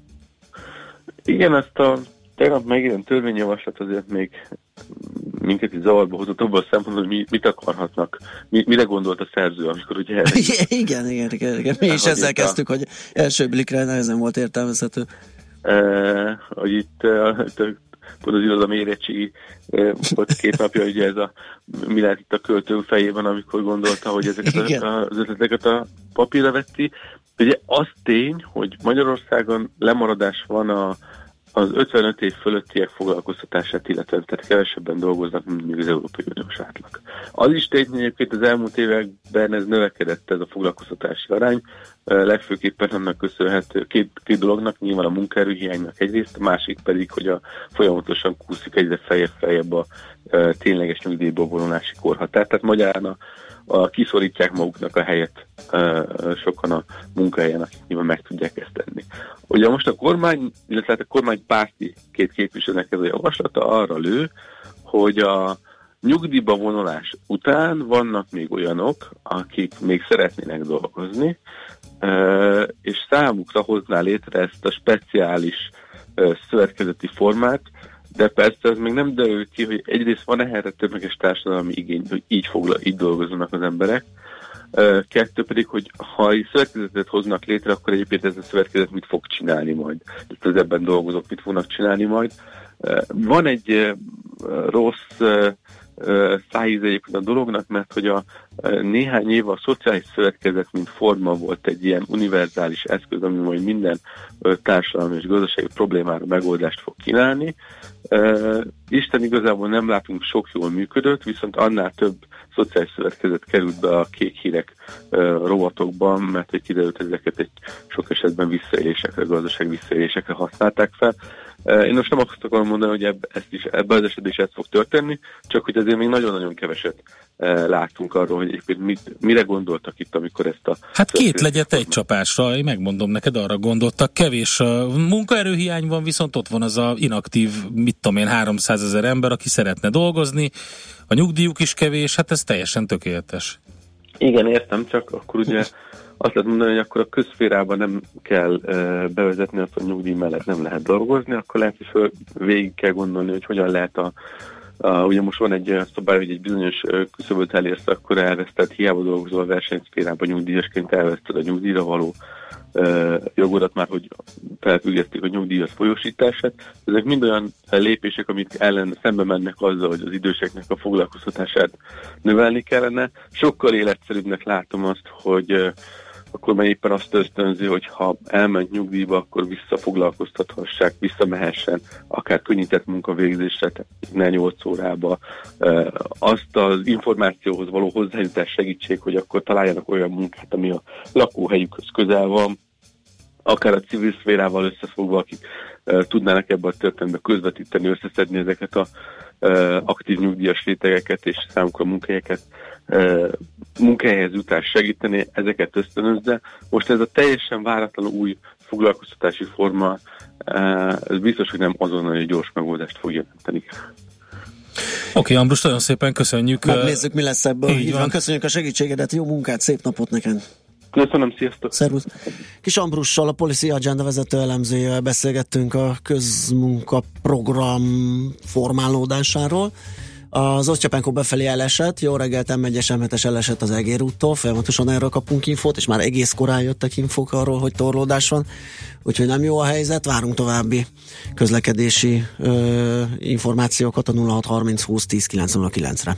Igen, ezt a tegnap megjelent törvényjavaslat azért még minket is zavarba hozott abban a szempontból, hogy mit akarhatnak, mire gondolt a szerző, amikor ugye... Igen. Mi is ezzel kezdtük, hogy első blikre nehezen volt értelmezhető. Hogy itt pont az irodalmi érettségi volt 2 napja, ugye ez mi lehet itt a költő fejében, amikor gondolta, hogy ezeket az ötleteket a papírra vetti. Ugye az tény, hogy Magyarországon lemaradás van az 55 év fölöttiek foglalkoztatását, illetve tehát kevesebben dolgoznak, mint még az Európai Uniós átlag. Az is tény, hogy egyébként az elmúlt években ez növekedett, ez a foglalkoztatási arány, legfőképpen annak köszönhető két dolognak, nyilván a munkaerőhiánynak egyrészt, a másik pedig, hogy folyamatosan kúszik egyre feljebb a tényleges nyugdíjból vonulási korhatár. Tehát magyarán kiszorítják maguknak a helyet sokan a munkahelyen, akik nyilván meg tudják ezt tenni. Ugye most a kormány, illetve a kormánypárti 2 képviselőnek ez a javaslata arra lő, hogy a nyugdíjba vonulás után vannak még olyanok, akik még szeretnének dolgozni, és számukra hozná létre ezt a speciális szövetkezeti formát, de persze ez még nem derül ki, hogy egyrészt van erre tömeges társadalmi igény, hogy így dolgoznak az emberek. 2 pedig, hogy ha egy szövetkezetet hoznak létre, akkor egyébként ez a szövetkezet mit fog csinálni majd. Tehát az ebben dolgozók mit fognak csinálni majd. Van egy rossz szájíz egyébként a dolognak, mert hogy néhány év a szociális szövetkezet mint forma volt egy ilyen univerzális eszköz, ami majd minden társadalmi és gazdasági problémára megoldást fog kínálni. Isten igazából nem látunk sok jól működött, viszont annál több szociális szövetkezet került be a kék hírek rovatokban, mert hogy kiderült, ezeket egy sok esetben visszaélésekre, gazdaság visszaélésekre használták fel. Én most nem azt akarom mondani, hogy ebben az esetben is ez fog történni, csak hogy azért még nagyon-nagyon keveset láttunk arról, hogy egyébként mire gondoltak itt, amikor ezt a... Hát 2 legyet egy csapásra, én megmondom neked, arra gondoltak. Kevés munkaerőhiány van, viszont ott van az a inaktív, 300 000 ember, aki szeretne dolgozni, a nyugdíjuk is kevés, hát ez teljesen tökéletes. Igen, értem, csak akkor ugye azt lehet mondani, hogy akkor a közszférában nem kell bevezetni azt, hogy nyugdíj mellett nem lehet dolgozni, akkor lehet, hogy végig kell gondolni, hogy hogyan lehet ugye most van egy olyan szabály, hogy egy bizonyos küszöböt elérsz, akkor elveszted, hiába dolgozol a versenyszférában nyugdíjasként, elveszted a nyugdíjra való jogodat már, hogy felfüggesztik a nyugdíjas folyósítását. Ezek mind olyan lépések, amik ellen szembe mennek azzal, hogy az időseknek a foglalkoztatását növelni kellene. Sokkal életszerűbbnek látom azt, hogy akkor már éppen azt ösztönzi, hogy ha elment nyugdíjba, akkor visszafoglalkoztathassák, visszamehessen, akár könnyített munkavégzésre, ne 8 órába. Azt az információhoz való hozzájutás segítség, hogy akkor találjanak olyan munkát, ami a lakóhelyükhöz közel van, akár a civil szférával összefogva, akik tudnának ebben a történetben közvetíteni, összeszedni ezeket a aktív nyugdíjas rétegeket és számukra munkahelyhez jutás segíteni, ezeket ösztönözze. Most ez a teljesen váratlan új foglalkoztatási forma, ez biztos, hogy nem azonnali gyors megoldást fog jelenteni. Oké, Ambrus, nagyon szépen köszönjük. Megnézzük, mi lesz ebből. Így van, köszönjük a segítségedet, jó munkát, szép napot neked! Köszönöm, sziasztok! Szervusz! Kis Ambrussal, a Policy Agenda vezető elemzőjével beszélgettünk a közmunkaprogram formálódásáról. Az Osztyapenkó befelé elesett, jó reggelt, M1-es, M7-es elesett az Egér úttól, folyamatosan erről kapunk infót, és már egész korán jöttek infók arról, hogy torlódás van, úgyhogy nem jó a helyzet, várunk további közlekedési információkat a 0630 20 10 909-re.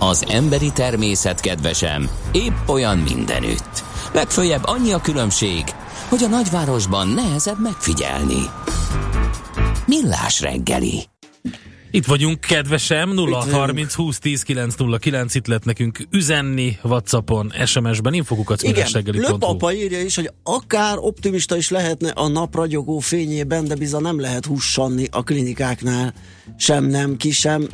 Az emberi természet, kedvesem, épp olyan mindenütt. Legföljebb annyi a különbség, hogy a nagyvárosban nehezebb megfigyelni. Millás reggeli. Itt vagyunk, kedvesem, 0630 20 10 909, itt lehet nekünk üzenni WhatsAppon, SMS-ben, infokukacmillásreggeli.hu. Igen, Löpapa írja is, hogy akár optimista is lehetne a nap ragyogó fényében, de bizony nem lehet hussanni a klinikáknál. Sem nem ki,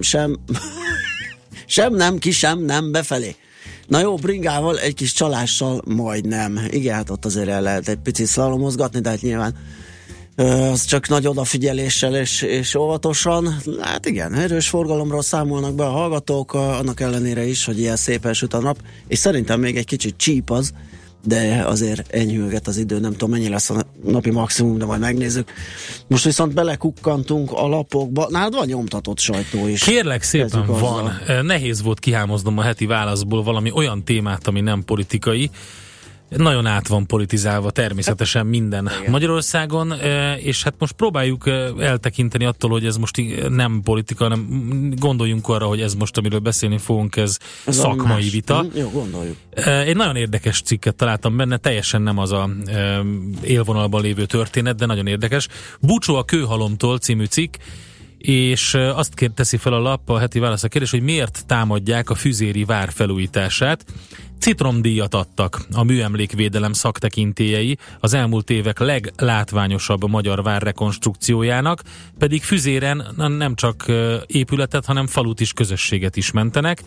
sem nem befelé. Na jó, bringával, egy kis csalással majdnem. Igen, hát ott azért el lehet egy picit szlalomozgatni, de hát nyilván az csak nagy odafigyeléssel és óvatosan. Hát igen, erős forgalomról számolnak be a hallgatók, annak ellenére is, hogy ilyen szépen süt a nap, és szerintem még egy kicsit csíp az, de azért enyhülget az idő, nem tudom mennyi lesz a napi maximum, de majd megnézzük. Most viszont belekukkantunk a lapokba, nálad van nyomtatott sajtó is. Kérlek szépen, van. Nehéz volt kihámoznom a heti válaszból valami olyan témát, ami nem politikai. Nagyon át van politizálva természetesen minden Magyarországon, és hát most próbáljuk eltekinteni attól, hogy ez most nem politika, hanem gondoljunk arra, hogy ez most, amiről beszélni fogunk, ez szakmai vita. Jó, gondoljuk. Egy nagyon érdekes cikket találtam benne, teljesen nem az a élvonalban lévő történet, de nagyon érdekes. Bucsó a kőhalomtól című cikk, és azt teszi fel a lap, a heti válasz a kérdés, hogy miért támadják a Füzéri vár felújítását. Citromdíjat adtak a műemlékvédelem szaktekintélyei az elmúlt évek leglátványosabb magyar vár rekonstrukciójának, pedig Füzéren nem csak épületet, hanem falut is, közösséget is mentenek.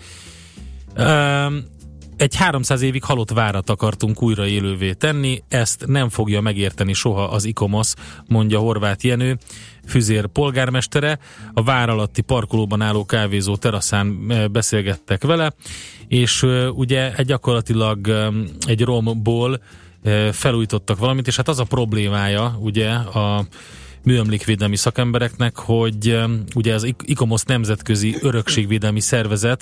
Egy 300 évig halott várat akartunk újra élővé tenni, ezt nem fogja megérteni soha az ICOMOS, mondja Horváth Jenő, Füzér polgármestere. A vár alatti parkolóban álló kávézó teraszán beszélgettek vele, és ugye gyakorlatilag egy romból felújítottak valamit, és hát az a problémája ugye a műemlékvédelmi szakembereknek, hogy ugye az ICOMOS nemzetközi örökségvédelmi szervezet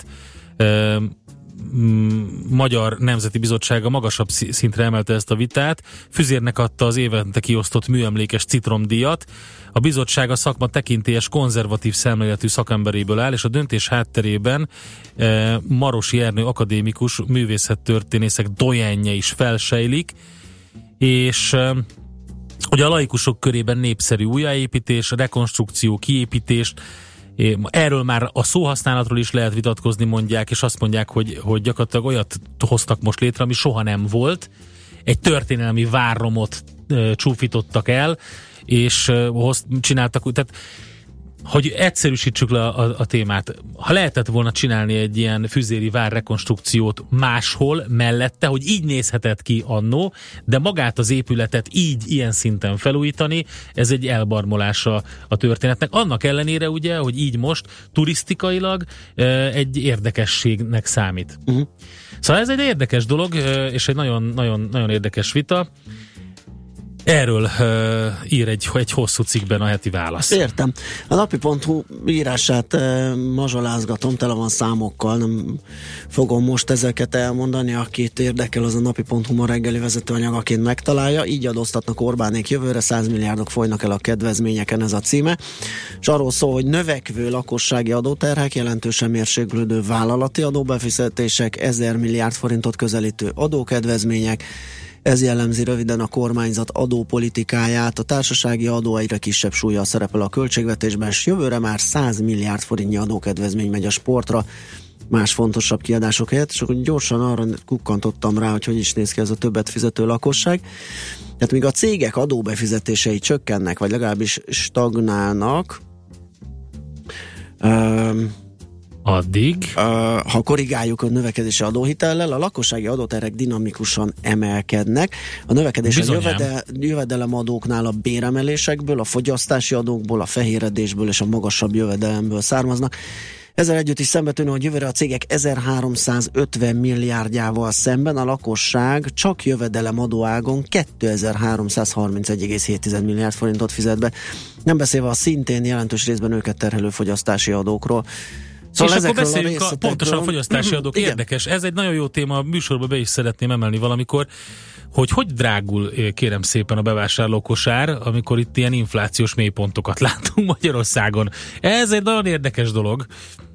Magyar Nemzeti Bizottsága magasabb szintre emelte ezt a vitát. Füzérnek adta az évente kiosztott műemlékes citromdíjat. A bizottság a szakma tekintélyes konzervatív szemléletű szakemberéből áll, és a döntés hátterében Marosi Ernő akadémikus művészettörténészek dojenje is felsejlik, és ugye a laikusok körében népszerű újjáépítés, rekonstrukció, kiépítés. Erről már a szóhasználatról is lehet vitatkozni, mondják, és azt mondják, hogy gyakorlatilag olyat hoztak most létre, ami soha nem volt. Egy történelmi várromot csúfítottak el, és csináltak, tehát hogy egyszerűsítsük le a témát. Ha lehetett volna csinálni egy ilyen füzéri vár rekonstrukciót máshol, mellette, hogy így nézhetett ki annó, de magát az épületet így, ilyen szinten felújítani, ez egy elbarmolása a történetnek. Annak ellenére ugye, hogy így most turisztikailag egy érdekességnek számít. Szóval ez egy érdekes dolog, és egy nagyon érdekes vita. Erről ír egy hosszú cikkben a heti válasz. Értem. A napi.hu írását mazsolázgatom, tele van számokkal, nem fogom most ezeket elmondani, akit érdekel, az a napi.hu ma reggeli vezetőanyagaként megtalálja. Így adóztatnak Orbánék jövőre, 100 milliárdok folynak el a kedvezményeken, ez a címe. És arról szól, hogy növekvő lakossági adóterhek, jelentősen mérséklődő vállalati adóbefizetések, 1000 milliárd forintot közelítő adókedvezmények. Ez jellemzi röviden a kormányzat adópolitikáját, a társasági adó egyre kisebb súllyal szerepel a költségvetésben, és jövőre már 100 milliárd forintnyi adókedvezmény megy a sportra, más fontosabb kiadások helyett, és akkor gyorsan arra kukkantottam rá, hogy is néz ki ez a többet fizető lakosság. Tehát míg a cégek adóbefizetései csökkennek, vagy legalábbis stagnálnak, addig, ha korrigáljuk a növekedési adóhitellel, a lakossági adóterhek dinamikusan emelkednek. A növekedés a jövedelemadóknál a béremelésekből, a fogyasztási adókból, a fehéredésből és a magasabb jövedelemből származnak. Ezzel együtt is szembetűnő, hogy jövőre a cégek 1350 milliárdjával szemben a lakosság csak jövedelemadó ágon 2331,7 milliárd forintot fizet be. Nem beszélve a szintén jelentős részben őket terhelő fogyasztási adókról. Szóval és akkor beszéljünk pontosan a fogyasztási adók. Érdekes, ez egy nagyon jó téma, a műsorba be is szeretném emelni valamikor, hogy drágul, kérem szépen, a bevásárlókosár, amikor itt ilyen inflációs mélypontokat látunk Magyarországon. Ez egy nagyon érdekes dolog.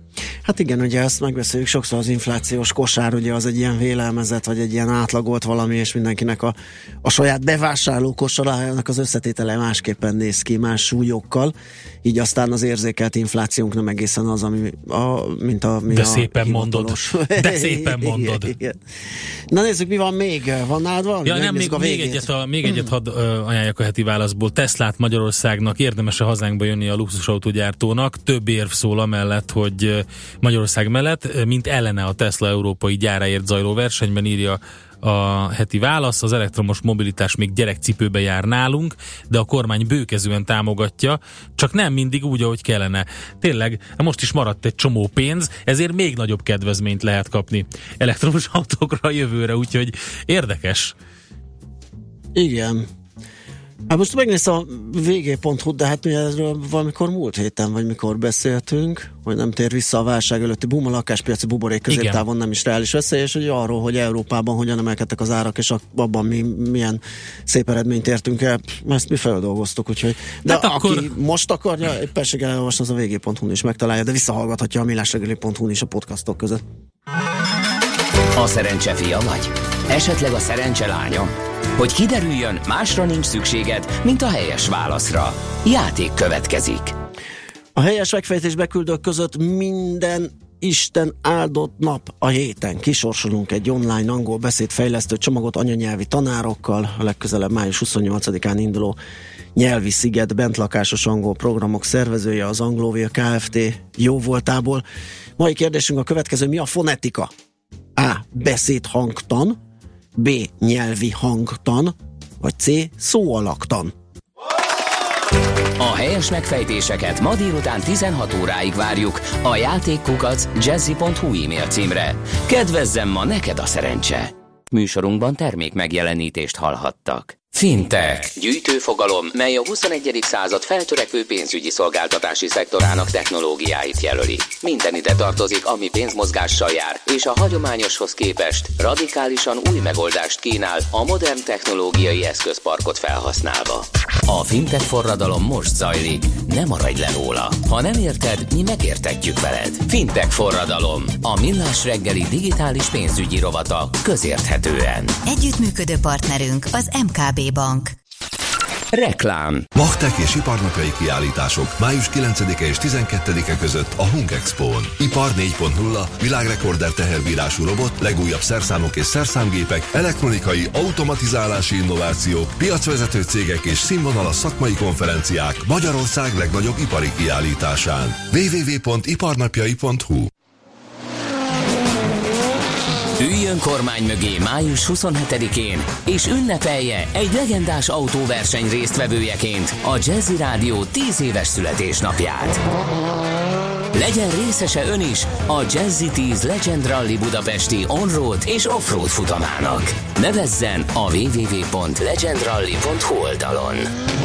Hát igen, ugye ezt megbeszéljük sokszor, az inflációs kosár, ugye az egy ilyen vélelmezett, vagy egy ilyen átlagolt valami, és mindenkinek a saját bevásárló kosarájának az összetétele másképpen néz ki, más súlyokkal, így aztán az érzékelt inflációnk nem egészen az, mint a De szépen mondod. De szépen mondod. Igen. Na nézzük, mi van még? Van nálad valami? Ja, nem, még egyet hadd ajánljak a heti válaszból. Teslát Magyarországnak érdemes a hazánkba jönni a luxusautógyártónak. Több érv szól amellett, hogy Magyarország mellett, mint ellene a Tesla európai gyáráért zajló versenyben, írja a heti válasz. Az elektromos mobilitás még gyerekcipőbe jár nálunk, de a kormány bőkezően támogatja, csak nem mindig úgy, ahogy kellene. Tényleg, most is maradt egy csomó pénz, ezért még nagyobb kedvezményt lehet kapni elektromos autókra a jövőre, úgyhogy érdekes. Igen. Hát most megnéztem a vg.hu, de hát mi erről valamikor múlt héten, vagy mikor beszéltünk, hogy nem tér vissza a válság előtti boom, a lakáspiaci buborék középtávon nem is reális veszély, és hogy arról, hogy Európában hogyan emelkedtek az árak, és abban milyen szép eredményt értünk el, ezt mi feldolgoztuk, úgyhogy. De hát aki akkor most akarja, éppenséggel elolvasni, az a vg.hu-n is megtalálja, de visszahallgathatja a millásreggeli.hu-n is a podcastok között. A szerencse fia vagy? Esetleg a szerencse lánya? Hogy kiderüljön, másra nincs szükséged, mint a helyes válaszra. Játék következik. A helyes megfejtés beküldők között minden Isten áldott nap a héten kisorsolunk egy online angol beszédfejlesztő csomagot anyanyelvi tanárokkal. A legközelebb május 28-án induló Nyelvi Sziget bentlakásos angol programok szervezője, az Anglovia Kft. Jóvoltából. Mai kérdésünk a következő: mi a fonetika? A. Beszédhangtan, B. Nyelvi hangtan, vagy C. Szóalaktan. A helyes megfejtéseket ma délután 16 óráig várjuk a játékkukac@jazzy.hu e-mail címre. Kedvezzem ma neked a szerencse! Műsorunkban termék megjelenítést hallhattak. Fintech. Gyűjtőfogalom, mely a 21. század feltörekvő pénzügyi szolgáltatási szektorának technológiáit jelöli. Minden ide tartozik, ami pénzmozgással jár, és a hagyományoshoz képest radikálisan új megoldást kínál a modern technológiai eszközparkot felhasználva. A fintech forradalom most zajlik, ne maradj le róla. Ha nem érted, mi megértetjük veled. Fintech forradalom, a Millás reggeli digitális pénzügyi rovata közérthetően. Együttműködő partnerünk az MKB Bank. Reklám. Magtek és iparnapjai kiállítások május 9-e és 12-e között a Hung Expón. Ipar 4.0, világrekorder teherbírású robot, legújabb szerszámok és szerszámgépek, elektronikai, automatizálási innováció, piacvezető cégek és színvonalas szakmai konferenciák Magyarország legnagyobb ipari kiállításán. www.iparnapjai.hu. Üljön kormány mögé május 27-én, és ünnepelje egy legendás autóverseny résztvevőjeként a Jazzy Rádió 10 éves születésnapját. Legyen részese ön is a Jazzy 10 Legend Rally budapesti on-road és off-road futamának. Nevezzen a www.legendrally.hu oldalon.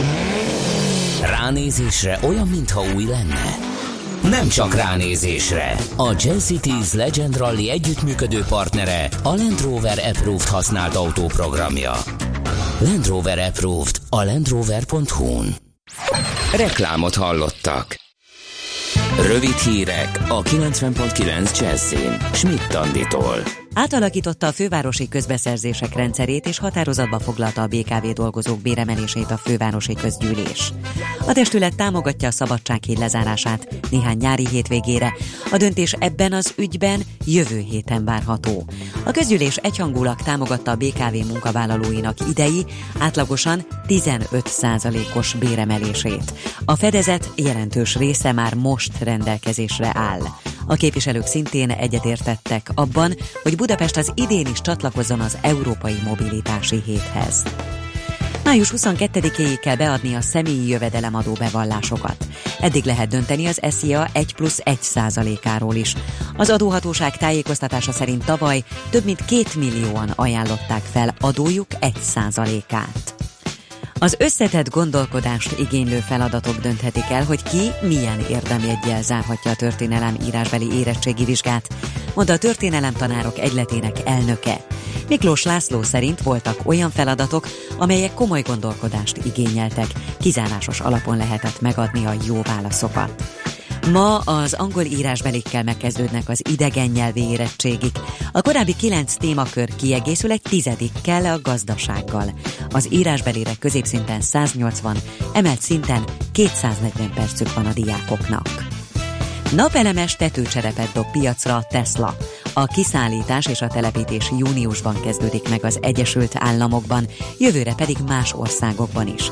Ránézésre olyan, mintha új lenne. Nem csak ránézésre. A Jazzy 10 Legend Rally együttműködő partnere a Land Rover Approved használt autóprogramja. Land Rover Approved a landrover.hu-n. Reklámot hallottak. Rövid hírek a 90.9 Jazzyn Schmidt Anditól. Átalakította a fővárosi közbeszerzések rendszerét és határozatba foglalta a BKV dolgozók béremelését a fővárosi közgyűlés. A testület támogatja a Szabadsághíd lezárását néhány nyári hétvégére. A döntés ebben az ügyben jövő héten várható. A közgyűlés egyhangulag támogatta a BKV munkavállalóinak idei, átlagosan 15%-os béremelését. A fedezet jelentős része már most rendelkezésre áll. A képviselők szintén egyetértettek abban, hogy Budapest az idén is csatlakozzon az Európai Mobilitási Héthez. Május 22-éig kell beadni a személyi jövedelemadó bevallásokat. Eddig lehet dönteni az SZIA 1+1%-áról is. Az adóhatóság tájékoztatása szerint tavaly több mint 2 millióan ajánlották fel adójuk 1%-át. Az összetett gondolkodást igénylő feladatok dönthetik el, hogy ki milyen érdemjeggyel zárhatja a történelem írásbeli érettségi vizsgát, mondta a történelemtanárok egyletének elnöke. Miklós László szerint voltak olyan feladatok, amelyek komoly gondolkodást igényeltek, kizárásos alapon lehetett megadni a jó válaszokat. Ma az angol írásbelikkel megkezdődnek az idegen nyelvi érettségik. A korábbi 9 témakör kiegészül egy 10-dikkel, a gazdasággal. Az írásbelire középszinten 180, emelt szinten 240 percük van a diákoknak. Napelemes tetőcserepet dob piacra a Tesla. A kiszállítás és a telepítés júniusban kezdődik meg az Egyesült Államokban, jövőre pedig más országokban is.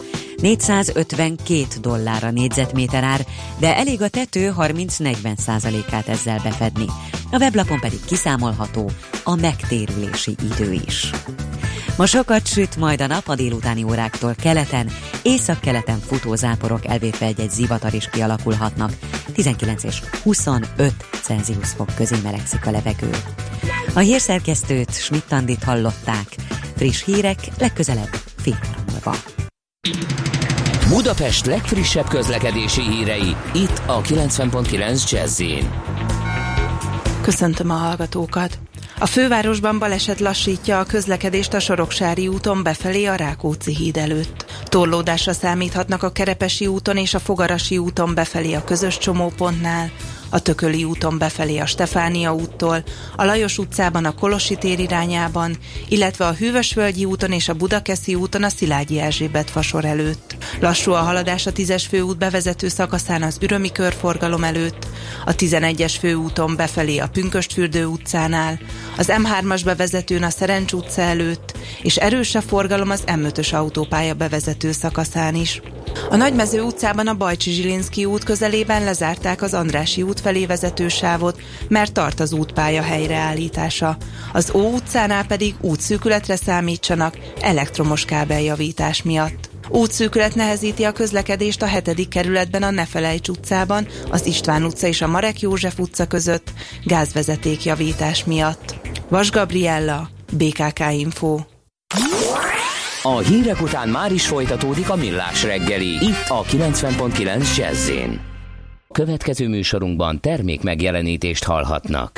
$452 a négyzetméter ár, de elég a tető 30-40%-át ezzel befedni. A weblapon pedig kiszámolható a megtérülési idő is. Ma sokat süt majd a nap, a délutáni óráktól keleten, északkeleten futó záporok elvétve egy zivatar is kialakulhatnak. 19 és 25 Celsius fok közé melegszik a levegő. A hírszerkesztőt, Schmidt-Andit hallották. Friss hírek legközelebb fél óra múlva. Budapest legfrissebb közlekedési hírei, itt a 90.9 Jazz-in. Köszöntöm a hallgatókat! A fővárosban baleset lassítja a közlekedést a Soroksári úton befelé a Rákóczi híd előtt. Torlódásra számíthatnak a Kerepesi úton és a Fogarasi úton befelé a közös csomópontnál, a Tököli úton befelé a Stefánia úttól, a Lajos utcában a Kolosi tér irányában, illetve a Hűvösvölgyi úton és a Budakeszi úton a Szilágyi Erzsébet fasor előtt. Lassú a haladás a 10-es főút bevezető szakaszán az Ürömi körforgalom előtt, a 11-es főúton befelé a Pünkösdfürdő utcánál, az M3-as bevezetőn a Szerencs utca előtt, és erős a forgalom az M5-ös autópálya bevezető szakaszán is. A Nagymező utcában a Bajcsi-Zsilinszky út közelében lezárták az Andrássy út felé vezető sávot, mert tart az útpálya helyreállítása. Az Ó utcánál pedig útszűkületre számítsanak elektromos kábeljavítás miatt. Útszűkület nehezíti a közlekedést a 7. kerületben a Nefelejts utcában, az István utca és a Marek József utca között gázvezetékjavítás miatt. Vas Gabriella, BKK Info. A hírek után már is folytatódik a Millás reggeli, itt a 90.9 Jazz-in. Következő műsorunkban termék megjelenítést hallhatnak.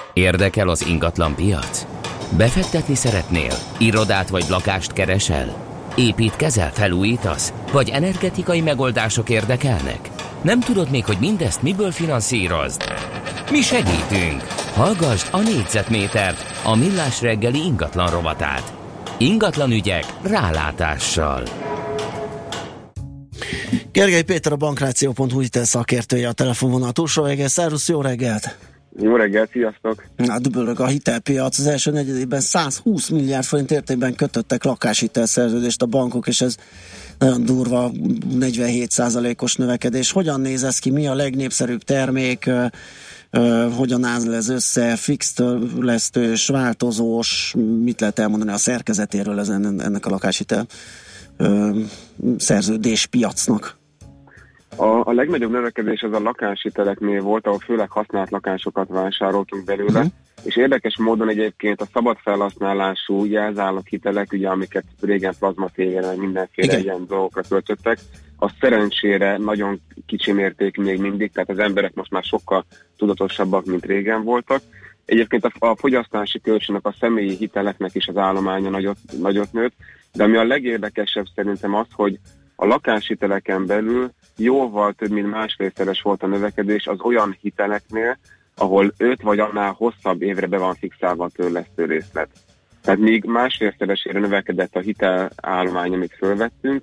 Érdekel az ingatlan piac? Befektetni szeretnél? Irodát vagy lakást keresel? Építkezel, felújítasz? Vagy energetikai megoldások érdekelnek? Nem tudod még, hogy mindezt miből finanszírozd? Mi segítünk! Hallgasd a Négyzetmétert, a Millás reggeli ingatlan rovatát. Ingatlan ügyek rálátással. Gergely Péter, a Bankráció.hu hitel szakértője a telefonvonal túlsó végén. Szervusz, jó reggelt! Jó reggelt, sziasztok! Dübörög a hitelpiac. Az első negyedében 120 milliárd forint értékben kötöttek lakáshitelszerződést a bankok, és ez nagyon durva, 47%-os növekedés. Hogyan néz ez ki? Mi a legnépszerűbb termék? Hogyan áll ez össze? Fix törlesztős, változós? Mit lehet elmondani a szerkezetéről ennek a lakáshitel szerződés piacnak? A legnagyobb növekedés az a lakáshiteleknél volt, ahol főleg használt lakásokat vásároltunk belőle, és érdekes módon egyébként a szabad felhasználású jelzáloghitelek, ugye amiket régen plazmatévére, mindenféle ilyen dolgokra költöttek, az szerencsére nagyon kicsi mértékű még mindig, tehát az emberek most már sokkal tudatosabbak, mint régen voltak. Egyébként a fogyasztási kölcsönök, a személyi hiteleknek is az állománya nagyot nőtt, de ami a legérdekesebb szerintem az, hogy a lakáshiteleken belül jóval több, mint másfélszeres volt a növekedés az olyan hiteleknél, ahol 5 vagy annál hosszabb évre be van fixálva a törlesztő részlet. Tehát még másfélszeresére növekedett a hitelállomány, amit fölvettünk,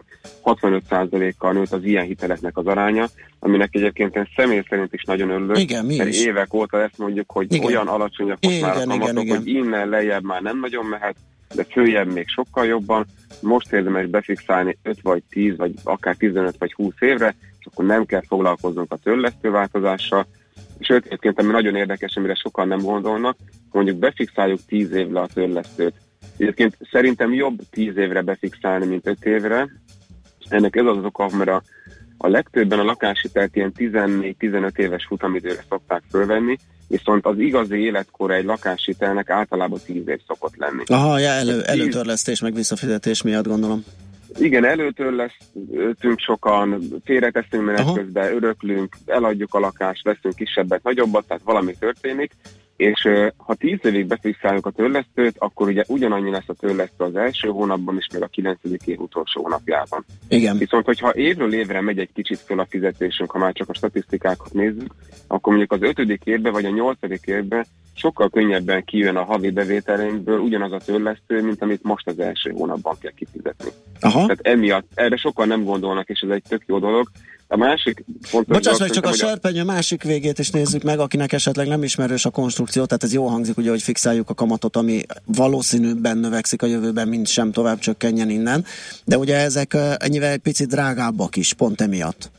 65%-kal nőtt az ilyen hiteleknek az aránya, aminek egyébként én személy szerint is nagyon örülök, mert évek óta ezt mondjuk, hogy olyan alacsonyak most már a kamatok, hogy innen lejjebb már nem nagyon mehet, de följebb még sokkal jobban. Most érdemes befixálni 5 vagy 10, vagy akár 15 vagy 20 évre, és akkor nem kell foglalkoznunk a törlesztő változással. Sőt, egyébként ami nagyon érdekes, amire sokan nem gondolnak, mondjuk befixáljuk 10 évre a törlesztőt. Egyébként szerintem jobb 10 évre befixálni, mint 5 évre. Ennek ez az oka, mert a legtöbben a lakáshitelt ilyen 14-15 éves futamidőre szokták fölvenni, viszont az igazi életkora egy lakáshitelnek általában 10 év szokott lenni. Aha, előtörlesztés meg visszafizetés miatt gondolom. Igen, előtörlesztünk sokan, félreteszünk menet közben, öröklünk, eladjuk a lakást, veszünk kisebbet, nagyobbat, tehát valami történik, és ha 10 évig befixáljuk a törlesztőt, akkor ugye ugyanannyi lesz a törlesztő az első hónapban, és meg a 9. év utolsó hónapjában. Igen. Viszont, hogyha évről évre megy egy kicsit föl a fizetésünk, ha már csak a statisztikákat nézzük, akkor mondjuk az 5. évben vagy a 8. évben sokkal könnyebben kijön a havi bevételeinkből ugyanaz a törlesztő, mint amit most az első hónapban kell kifizetni. Aha. Tehát emiatt erre sokan nem gondolnak, és ez egy tök jó dolog. A másik fontos... Bocsáss meg, csak a serpenyő másik végét is nézzük meg, akinek esetleg nem ismerős a konstrukció, tehát ez jó hangzik, ugye, hogy fixáljuk a kamatot, ami valószínűbben növekszik a jövőben, mint sem tovább csökkenjen innen, de ugye ezek ennyivel egy picit drágábbak is, pont emiatt.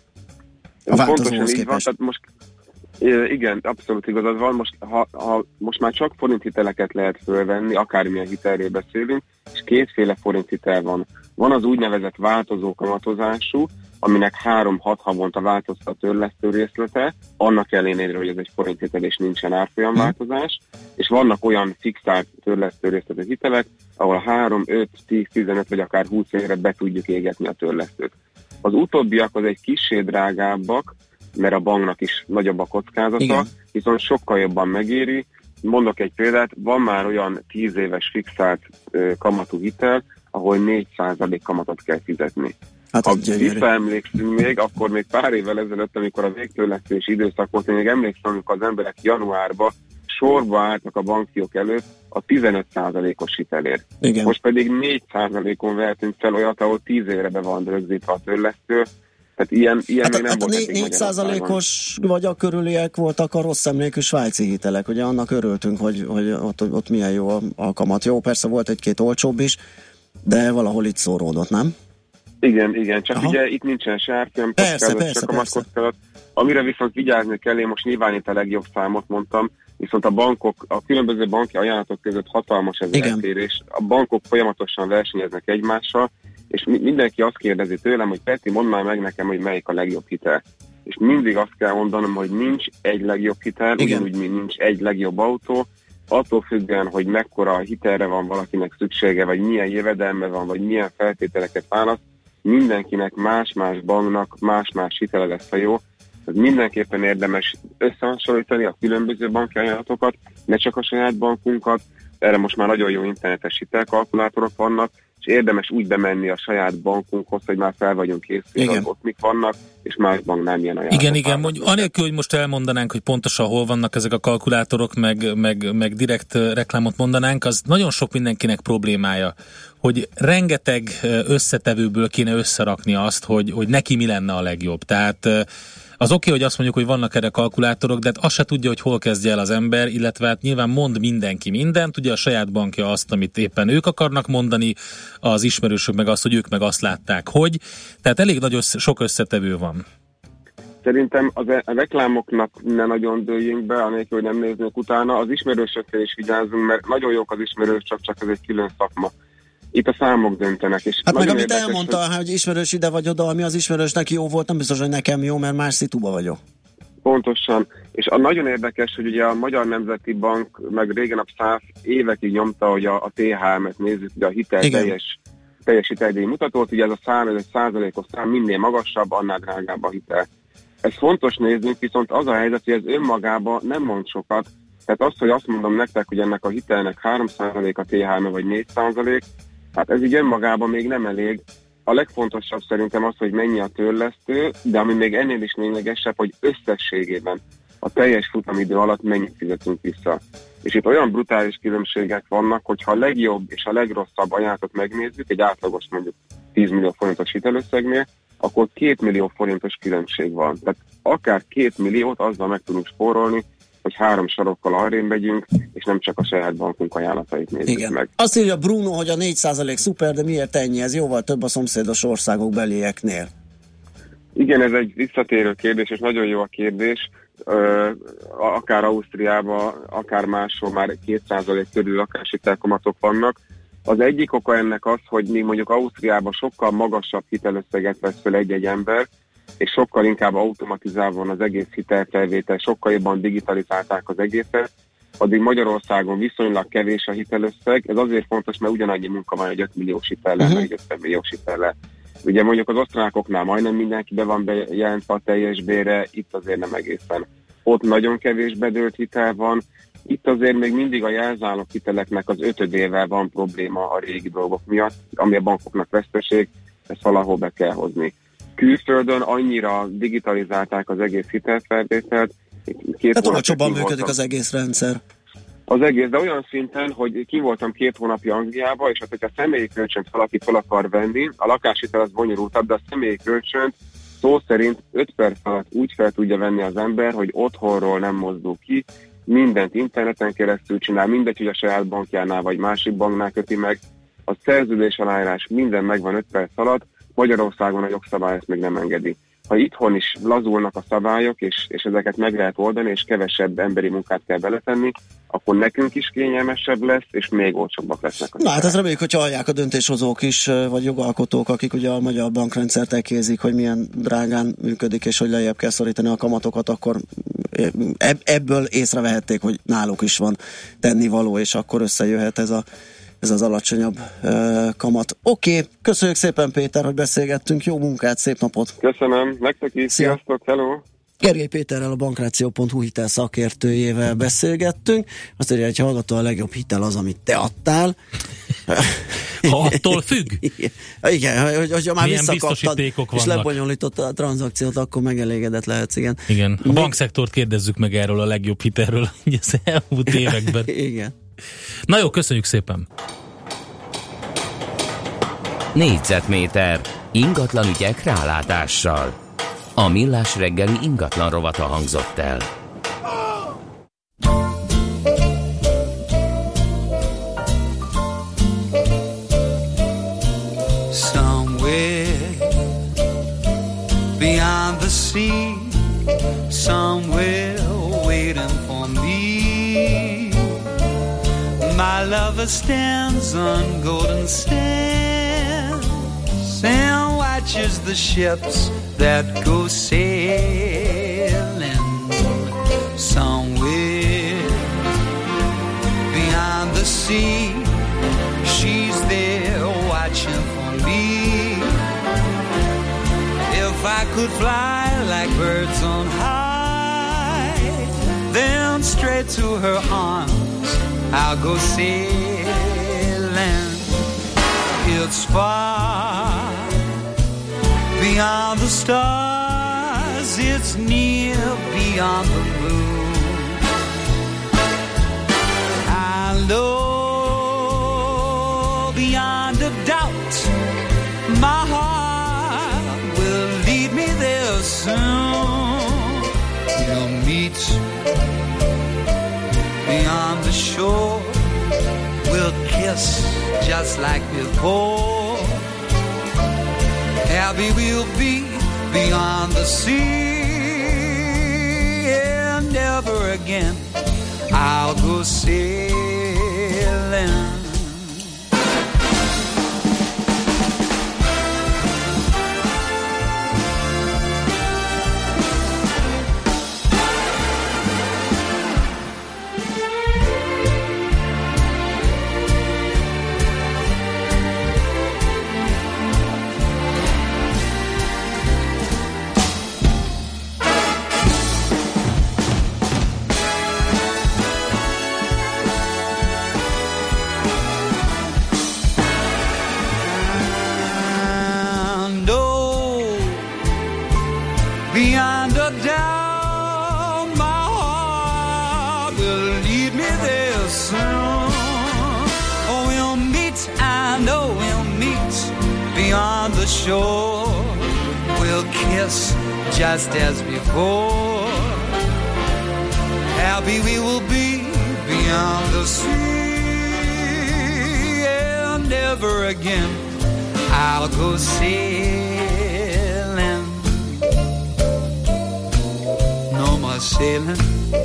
A változóhoz képest. Van, most, igen, abszolút igazad van. Most már csak forinthiteleket lehet fölvenni, akármilyen hitelről beszélünk, és kétféle forinthitel van. Van az úgynevezett változó kamatozású, aminek 3-6 havonta változtat a törlesztő részlete, annak ellenére, hogy ez egy forinthitel és nincsen árfolyamváltozás, és vannak olyan fixált törlesztő részletű hitelek, ahol 3, 5, 10, 15 vagy akár 20 évre be tudjuk égetni a törlesztőt. Az utóbbiak az egy kissé drágábbak, mert a banknak is nagyobb a kockázata, viszont sokkal jobban megéri. Mondok egy példát, van már olyan 10 éves fixált kamatú hitel, ahol 4% kamatot kell fizetni. Hát ha visszaemlékszünk még, akkor még pár évvel ezelőtt, amikor a végtörlesztés időszak volt, én még emlékszem, amikor az emberek januárban sorba álltak a bankfiók előtt a 15%-os hitelért. Igen. Most pedig 4%-on vehetünk fel olyat, ahol 10 évre be van rögzítve a törlesztő. Tehát ilyen még nem volt. 4%-os vagy a körüliek voltak a rossz emlékű svájci hitelek, ugye annak örültünk, hogy ott milyen jó a kamat. Jó, persze volt egy-két olcsóbb is, de valahol itt szóródott, nem? Igen, csak ugye itt nincsen sártyám, csak a maszkoszkalat. Amire viszont vigyázni kell, én most nyilván itt a legjobb számot mondtam, viszont a különböző banki ajánlatok között hatalmas ez eltérés. A bankok folyamatosan versenyeznek egymással, és mindenki azt kérdezi tőlem, hogy Peti, mondd már meg nekem, hogy melyik a legjobb hitel. És mindig azt kell mondanom, hogy nincs egy legjobb hitel, ugyanúgy, mint nincs egy legjobb autó, attól függően, hogy mekkora hitelre van valakinek szüksége, vagy milyen jövedelme van, vagy milyen feltételeket választ, mindenkinek más-más banknak más-más hitele lesz a jó. Tehát mindenképpen érdemes összehasonlítani a különböző banki ajánlatokat, ne csak a saját bankunkat, erre most már nagyon jó internetes hitelkalkulátorok vannak, és érdemes úgy bemenni a saját bankunkhoz, hogy már fel vagyunk készülve, hogy ott mik vannak, és más banknál milyen ajánlatok. Igen, mondjuk anélkül, hogy most elmondanánk, hogy pontosan hol vannak ezek a kalkulátorok, meg direkt reklámot mondanánk, az nagyon sok mindenkinek problémája, hogy rengeteg összetevőből kéne összerakni azt, hogy neki mi lenne a legjobb. Tehát az oké, hogy azt mondjuk, hogy vannak erre kalkulátorok, de hát azt se tudja, hogy hol kezdje el az ember, illetve hát nyilván mond mindenki mindent, ugye a saját bankja azt, amit éppen ők akarnak mondani, az ismerősök meg azt, hogy ők meg azt látták, hogy. Tehát elég nagy sok összetevő van. Szerintem a reklámoknak ne nagyon dőljünk be, anélkül, hogy nem néznék utána. Az ismerősökkel is vigyázzunk, mert nagyon jók az ismerős, csak ez egy külön szakma. Itt a számok döntenek. És hát meg amit elmondta, hogy ismerős ide vagy oda, ami az ismerősnek jó volt, nem biztos, hogy nekem jó, mert más szituba vagyok. Pontosan. És nagyon érdekes, hogy ugye a Magyar Nemzeti Bank, meg régen a SZÁF évekig nyomta, hogy a THM-et nézzük, ugye a hitel teljes hiteldíj mutatót, ugye ez a szám, ez egy százalékos szám, minél magasabb, annál drágább a hitel. Ez fontos néznünk, viszont az a helyzet, hogy ez önmagában nem mond sokat. Tehát az, hogy azt mondom nektek, hogy ennek a hitelnek 3% a THM vagy 4%, hát ez így önmagában még nem elég. A legfontosabb szerintem az, hogy mennyi a törlesztő, de ami még ennél is lényegesebb, hogy összességében a teljes futamidő alatt mennyit fizetünk vissza. És itt olyan brutális különbségek vannak, hogyha a legjobb és a legrosszabb ajánlatot megnézzük, egy átlagos mondjuk 10 millió forintos hitelösszegnél, akkor 2 millió forintos különbség van. Tehát akár 2 milliót azzal meg tudunk spórolni, hogy 3 sarokkal arrébb megyünk, és nem csak a saját bankunk ajánlatait nézzük meg. Azt írja Bruno, hogy a 4% szuper, de miért ennyi? Ez jóval több a szomszédos országok belieknél. Igen, ez egy visszatérő kérdés, és nagyon jó a kérdés. Akár Ausztriában, akár máshol már 2% körül lakáshitelkamatok vannak. Az egyik oka ennek az, hogy mi mondjuk Ausztriában sokkal magasabb hitelösszeget vesz fel egy-egy ember, és sokkal inkább automatizálva van az egész hitelfelvétel, sokkal jobban digitalizálták az egészet, addig Magyarországon viszonylag kevés a hitelösszeg. Ez azért fontos, mert ugyanannyi munka van egy 5 milliós hitellel, meg egy 50 milliós hitellel. Ugye mondjuk az osztrákoknál majdnem mindenki be van bejelentve a teljes bérre, itt azért nem egészen. Ott nagyon kevés bedőlt hitel van, itt azért még mindig a jelzálog hiteleknek az 5-ével van probléma a régi dolgok miatt, ami a bankoknak veszteség, ezt valahol be kell hozni. Külföldön annyira digitalizálták az egész hitelfelvételt. Tehát olcsóbban működik az egész rendszer. Az egész, de olyan szinten, hogy ki voltam 2 hónapja Angliába, és hát, hogyha személyi kölcsönt valaki fel akar venni, a lakáshitel az bonyolultabb, de a személyi kölcsönt szó szerint 5 perc alatt úgy fel tudja venni az ember, hogy otthonról nem mozdul ki, mindent interneten keresztül csinál, mindegy, hogy a saját bankjánál vagy másik banknál köti meg, a szerződés aláírás minden megvan 5 perc alatt, Magyarországon a jogszabály ezt még nem engedi. Ha itthon is lazulnak a szabályok, és ezeket meg lehet oldani, és kevesebb emberi munkát kell beletenni, akkor nekünk is kényelmesebb lesz, és még olcsóbbak lesznek. Na hát ezt reméljük, hogy hallják a döntéshozók is, vagy jogalkotók, akik ugye a magyar bankrendszert elkézik, hogy milyen drágán működik, és hogy lejjebb kell szorítani a kamatokat, akkor ebből észrevehették, hogy náluk is van tennivaló, és akkor összejöhet ez az alacsonyabb kamat. Oké, köszönjük szépen, Péter, hogy beszélgettünk. Jó munkát, szép napot! Köszönöm, nektek is, sziasztok, hello! Gergely Péterrel, a Bankráció.hu hitel szakértőjével beszélgettünk. Azt írja, hogy hallgató, a legjobb hitel az, amit te adtál. Ha attól függ? Igen, hogy már milyen visszakaptad, és lebonyolította a tranzakciót, akkor megelégedett lehetsz, igen. Igen, a bankszektort kérdezzük meg erről a legjobb hitelről az elmúlt években. Igen. Na jó, köszönjük szépen! Négyzetméter ingatlan ügyek rálátással. A Millás reggeli ingatlan rovata hangzott el. Somewhere beyond the sea, somewhere waiting for me, my lover stands on golden sands and watches the ships that go sailing. Somewhere beyond the sea, she's there watching for me. If I could fly like birds on high, to her arms, I'll go sailing. It's far beyond the stars, it's near beyond the moon. I know beyond a doubt my heart will lead me there soon. We'll meet beyond the shore, we'll kiss just like before. Happy we'll be beyond the sea, and never again I'll go sailing. Beyond a doubt, my heart will lead me there soon. Oh, we'll meet, I know we'll meet beyond the shore. We'll kiss just as before. Happy we will be beyond the sea, and never again I'll go sailing. Sailing,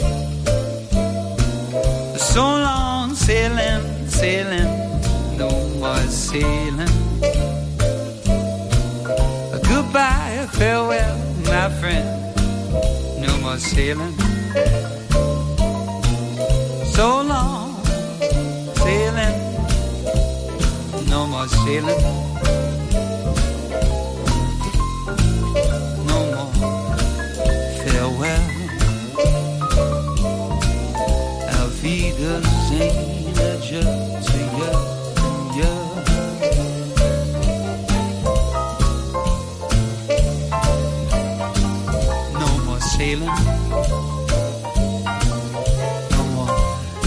so long sailing, sailing, no more sailing. Goodbye, farewell, my friend, no more sailing. So long sailing, no more sailing. No more farewell. No more sailing. No more.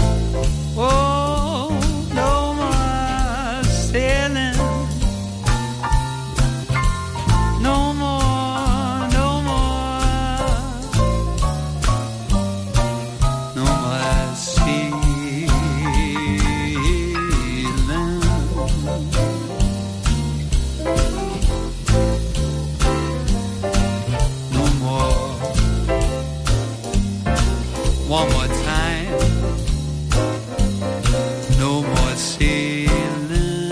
Oh, no more sailing. No more, no more. No more sailing. One more time. No more sailing.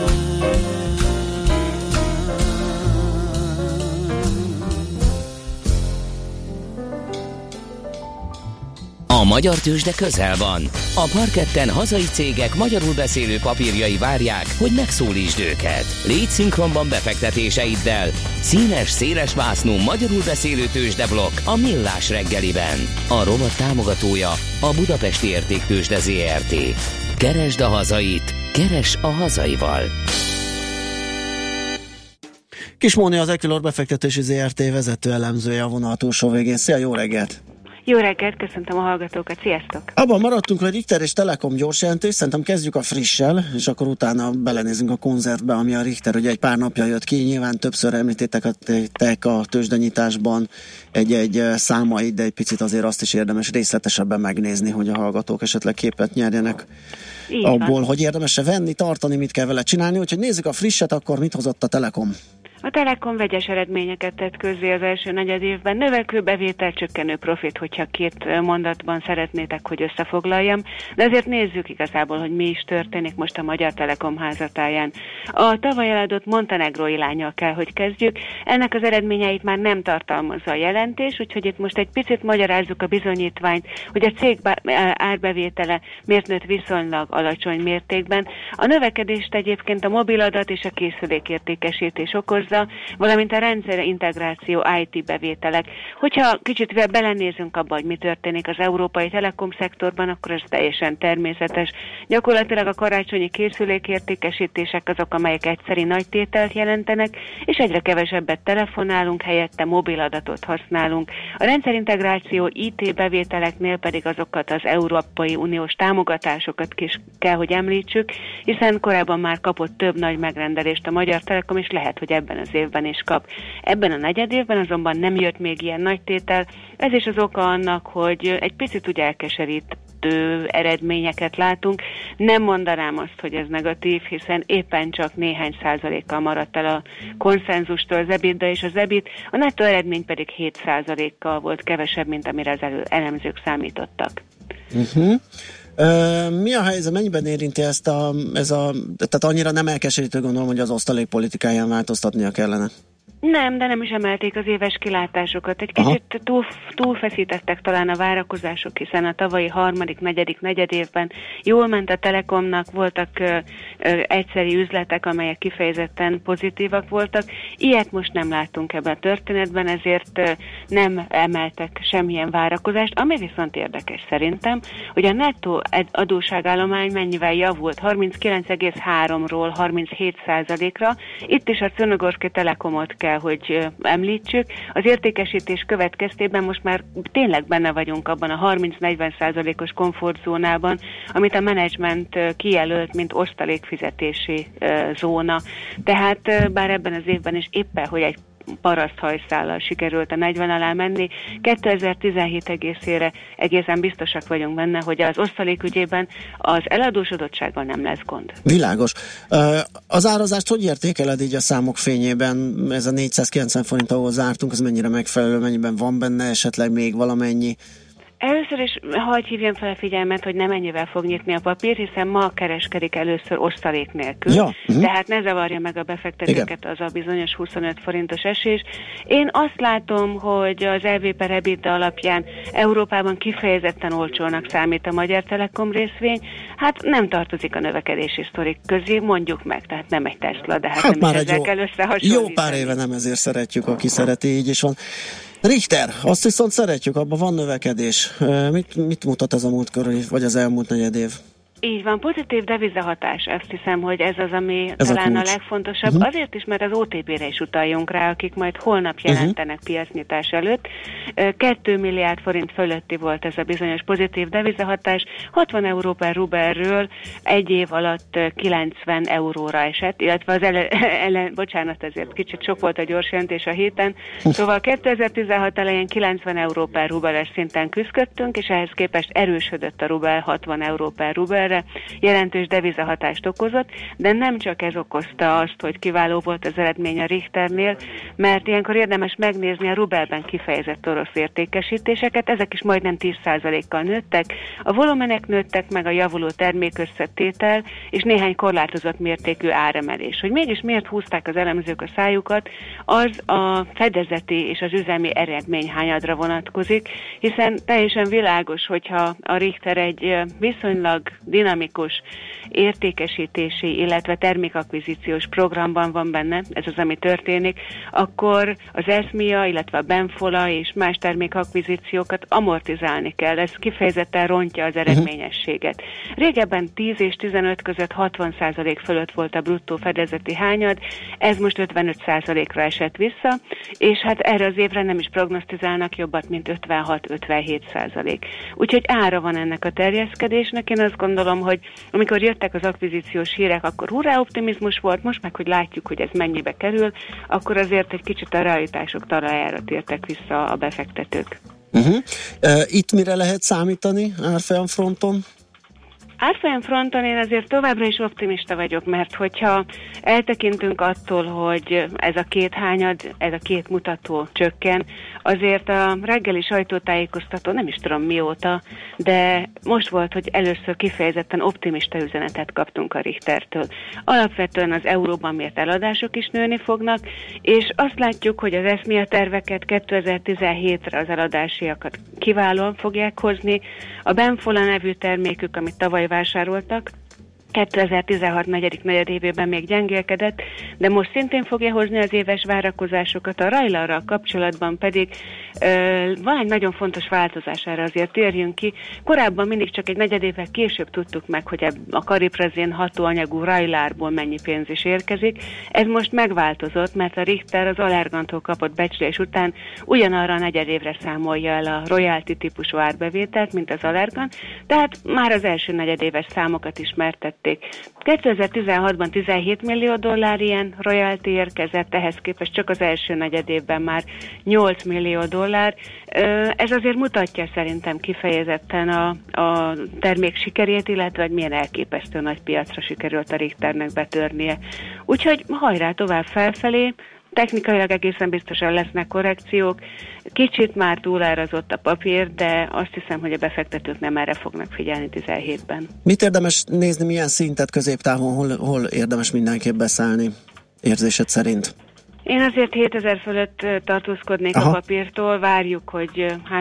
A magyar tőzsde közel van. A parketten hazai cégek magyarul beszélő papírjai várják, hogy megszólítsd őket. Légy szinkronban befektetéseiddel. Színes, széles vásznú magyarul beszélő tőzsdeblokk a Millás reggeliben. A rovat támogatója a Budapesti Értéktőzsde ZRT. Keresd a hazait, keresd a hazaival. Kis Móni, az Equilor befektetési ZRT vezető elemzője a vonal túlsó végén. Szia, jó reggelt! Jó reggelt, köszöntöm a hallgatókat, sziasztok! Abban maradtunk, hogy Richter és Telekom gyors jelentés, szerintem kezdjük a frissel, és akkor utána belenézünk a konzervbe, ami a Richter ugye egy pár napja jött ki, nyilván többször említettek a tőzsdenyításban egy számait, de egy picit azért azt is érdemes részletesebben megnézni, hogy a hallgatók esetleg képet nyerjenek abból, hogy érdemes-e venni, tartani, mit kell vele csinálni, úgyhogy nézzük a frisset, akkor mit hozott a Telekom? A Telekom vegyes eredményeket tett közzé az első negyedévben, növekvő bevétel, csökkenő profit, hogyha két mondatban szeretnétek, hogy összefoglaljam, de azért nézzük igazából, hogy mi is történik most a Magyar Telekom házatáján. A tavaly eladott Montenegrói lánnyal kell, hogy kezdjük, ennek az eredményeit már nem tartalmazza a jelentés, úgyhogy itt most egy picit magyarázzuk a bizonyítványt, hogy a cég árbevétele miért nőtt viszonylag alacsony mértékben. A növekedést egyébként a mobiladat és a készülékértékesítés okozza, hozza, valamint a rendszer integráció, IT bevételek. Hogyha kicsit belenézünk abba, hogy mi történik az európai telekom szektorban, akkor ez teljesen természetes. Gyakorlatilag a karácsonyi készülékértékesítések azok, amelyek egyszeri nagy tételt jelentenek, és egyre kevesebbet telefonálunk, helyette mobiladatot használunk. A rendszerintegráció IT bevételeknél pedig azokat az Európai Uniós támogatásokat is kell, hogy említsük, hiszen korábban már kapott több nagy megrendelést a Magyar Telekom, és lehet, hogy ebben az évben is kap. Ebben a negyedévben azonban nem jött még ilyen nagy tétel, ez is az oka annak, hogy egy picit úgy elkeserítő eredményeket látunk. Nem mondanám azt, hogy ez negatív, hiszen éppen csak néhány százalékkal maradt el a konszenzustól az EBITDA, és az EBIT, a nettó eredmény pedig 7%-kal volt kevesebb, mint amire az elemzők számítottak. Mi a helyzet, mennyiben érinti tehát annyira nem elkeserítő, gondolom, hogy az osztalékpolitikáján változtatnia kellene? Nem, de nem is emelték az éves kilátásokat. Egy kicsit túlfeszítettek talán a várakozások, hiszen a tavalyi negyedik negyedévben jól ment a Telekomnak, voltak egyszeri üzletek, amelyek kifejezetten pozitívak voltak. Ilyet most nem láttunk ebben a történetben, ezért nem emeltek semmilyen várakozást. Ami viszont érdekes szerintem, hogy a nettó adósságállomány mennyivel javult, 39,3-ról 37%-ra. Itt is a Czörnogorszki Telekomot kell, hogy említsük. Az értékesítés következtében most már tényleg benne vagyunk abban a 30-40%-os komfortzónában, amit a menedzsment kijelölt, mint osztalékfizetési zóna. Tehát bár ebben az évben is éppen, hogy egy paraszthajszállal sikerült a 40 alá menni. 2017 egészére egészen biztosak vagyunk benne, hogy az osztalék ügyében az eladósodottsággal nem lesz gond. Világos. Az árazást hogy értékeled így a számok fényében? Ez a 490 forint, ahol zártunk, az mennyire megfelelő, mennyiben van benne esetleg még valamennyi? Először is hadd hívjam fel a figyelmet, hogy nem ennyivel fog nyitni a papír, hiszen ma kereskedik először osztalék nélkül. Ja. Tehát ne zavarja meg a befektetőket az a bizonyos 25 forintos esés. Én azt látom, hogy az EV per EBITDA alapján Európában kifejezetten olcsónak számít a Magyar Telekom részvény. Hát nem tartozik a növekedési sztorik közé, mondjuk meg, tehát nem egy Tesla, de hát nem is ezzel kell összehasonlítani. Jó pár éve nem ezért szeretjük, aki szereti, így is van. Richter, azt viszont szeretjük, abban van növekedés. Mit mutat ez a múltkor, vagy az elmúlt negyedév? Így van, pozitív devizahatás, azt hiszem, hogy ez az, ami talán a legfontosabb. Azért is, mert az OTP-re is utaljunk rá, akik majd holnap jelentenek piacnyitás előtt. 2 milliárd forint fölötti volt ez a bizonyos pozitív devizahatás, 60 euró per rubelről egy év alatt 90 euróra esett, illetve az bocsánat, ezért kicsit sok volt a gyors jelentés a héten. Szóval 2016 elején 90 euró per rubeles szinten küzdöttünk, és ehhez képest erősödött a rubel 60 euró per rubelre, jelentős devizahatást okozott, de nem csak ez okozta azt, hogy kiváló volt az eredmény a Richternél, mert ilyenkor érdemes megnézni a rubelben kifejezett orosz értékesítéseket, ezek is majdnem 10%-kal nőttek, a volumenek nőttek meg, a javuló termékösszetétel és néhány korlátozott mértékű áremelés. Hogy mégis miért húzták az elemzők a szájukat, az a fedezeti és az üzemi eredményhányadra vonatkozik, hiszen teljesen világos, hogyha a Richter egy viszonylag dinamikus értékesítési, illetve termékakvizíciós programban van benne, ez az, ami történik, akkor az ESMIA, illetve a Benfola és más termékakvizíciókat amortizálni kell. Ez kifejezetten rontja az eredményességet. Régebben 10 és 15 között 60% fölött volt a bruttó fedezeti hányad, ez most 55%-ra esett vissza, és hát erre az évre nem is prognosztizálnak jobbat, mint 56-57%. Úgyhogy ára van ennek a terjeszkedésnek. Én azt gondolom, hogy amikor jöttek az akvizíciós hírek, akkor hurrá optimizmus volt, most meg, hogy látjuk, hogy ez mennyibe kerül, akkor azért egy kicsit a realitások talajára tértek vissza a befektetők. Itt mire lehet számítani árfolyam fronton? Árfolyam fronton én azért továbbra is optimista vagyok, mert hogyha eltekintünk attól, hogy ez a két hányad, ez a két mutató csökken, azért a reggeli sajtótájékoztató, nem is tudom mióta, de most volt, hogy először kifejezetten optimista üzenetet kaptunk a Richtertől. Alapvetően az euróban mért eladások is nőni fognak, és azt látjuk, hogy az ESMIA terveket 2017-re az eladásiakat kiválóan fogják hozni. A Benfola nevű termékük, amit tavaly vásároltak, 2016 negyedik negyedévében még gyengélkedett, de most szintén fogja hozni az éves várakozásokat. A Rylarral kapcsolatban pedig van egy nagyon fontos változás, erre azért térjünk ki. Korábban mindig csak egy negyedével később tudtuk meg, hogy a kariprezén hatóanyagú Rylarból mennyi pénz is érkezik. Ez most megváltozott, mert a Richter az Allergantól kapott becslés után ugyanarra a negyedévre számolja el a royalty típusú árbevételt, mint az Allergan, tehát már az első negyedéves számokat ismertették. 2016-ban 17 millió dollár ilyen royalty érkezett, ehhez képest csak az első negyedévben már 8 millió dollár. Ez azért mutatja szerintem kifejezetten a termék sikerét, illetve hogy milyen elképesztő nagy piacra sikerült a Richternek betörnie. Úgyhogy hajrá tovább felfelé, technikailag egészen biztosan lesznek korrekciók, kicsit már túlárazott a papír, de azt hiszem, hogy a befektetők nem erre fognak figyelni 17-ben. Mit érdemes nézni, milyen szintet középtávon, hol érdemes mindenképp beszállni, érzésed szerint? Én azért 7000 fölött tartózkodnék a papírtól, várjuk, hogy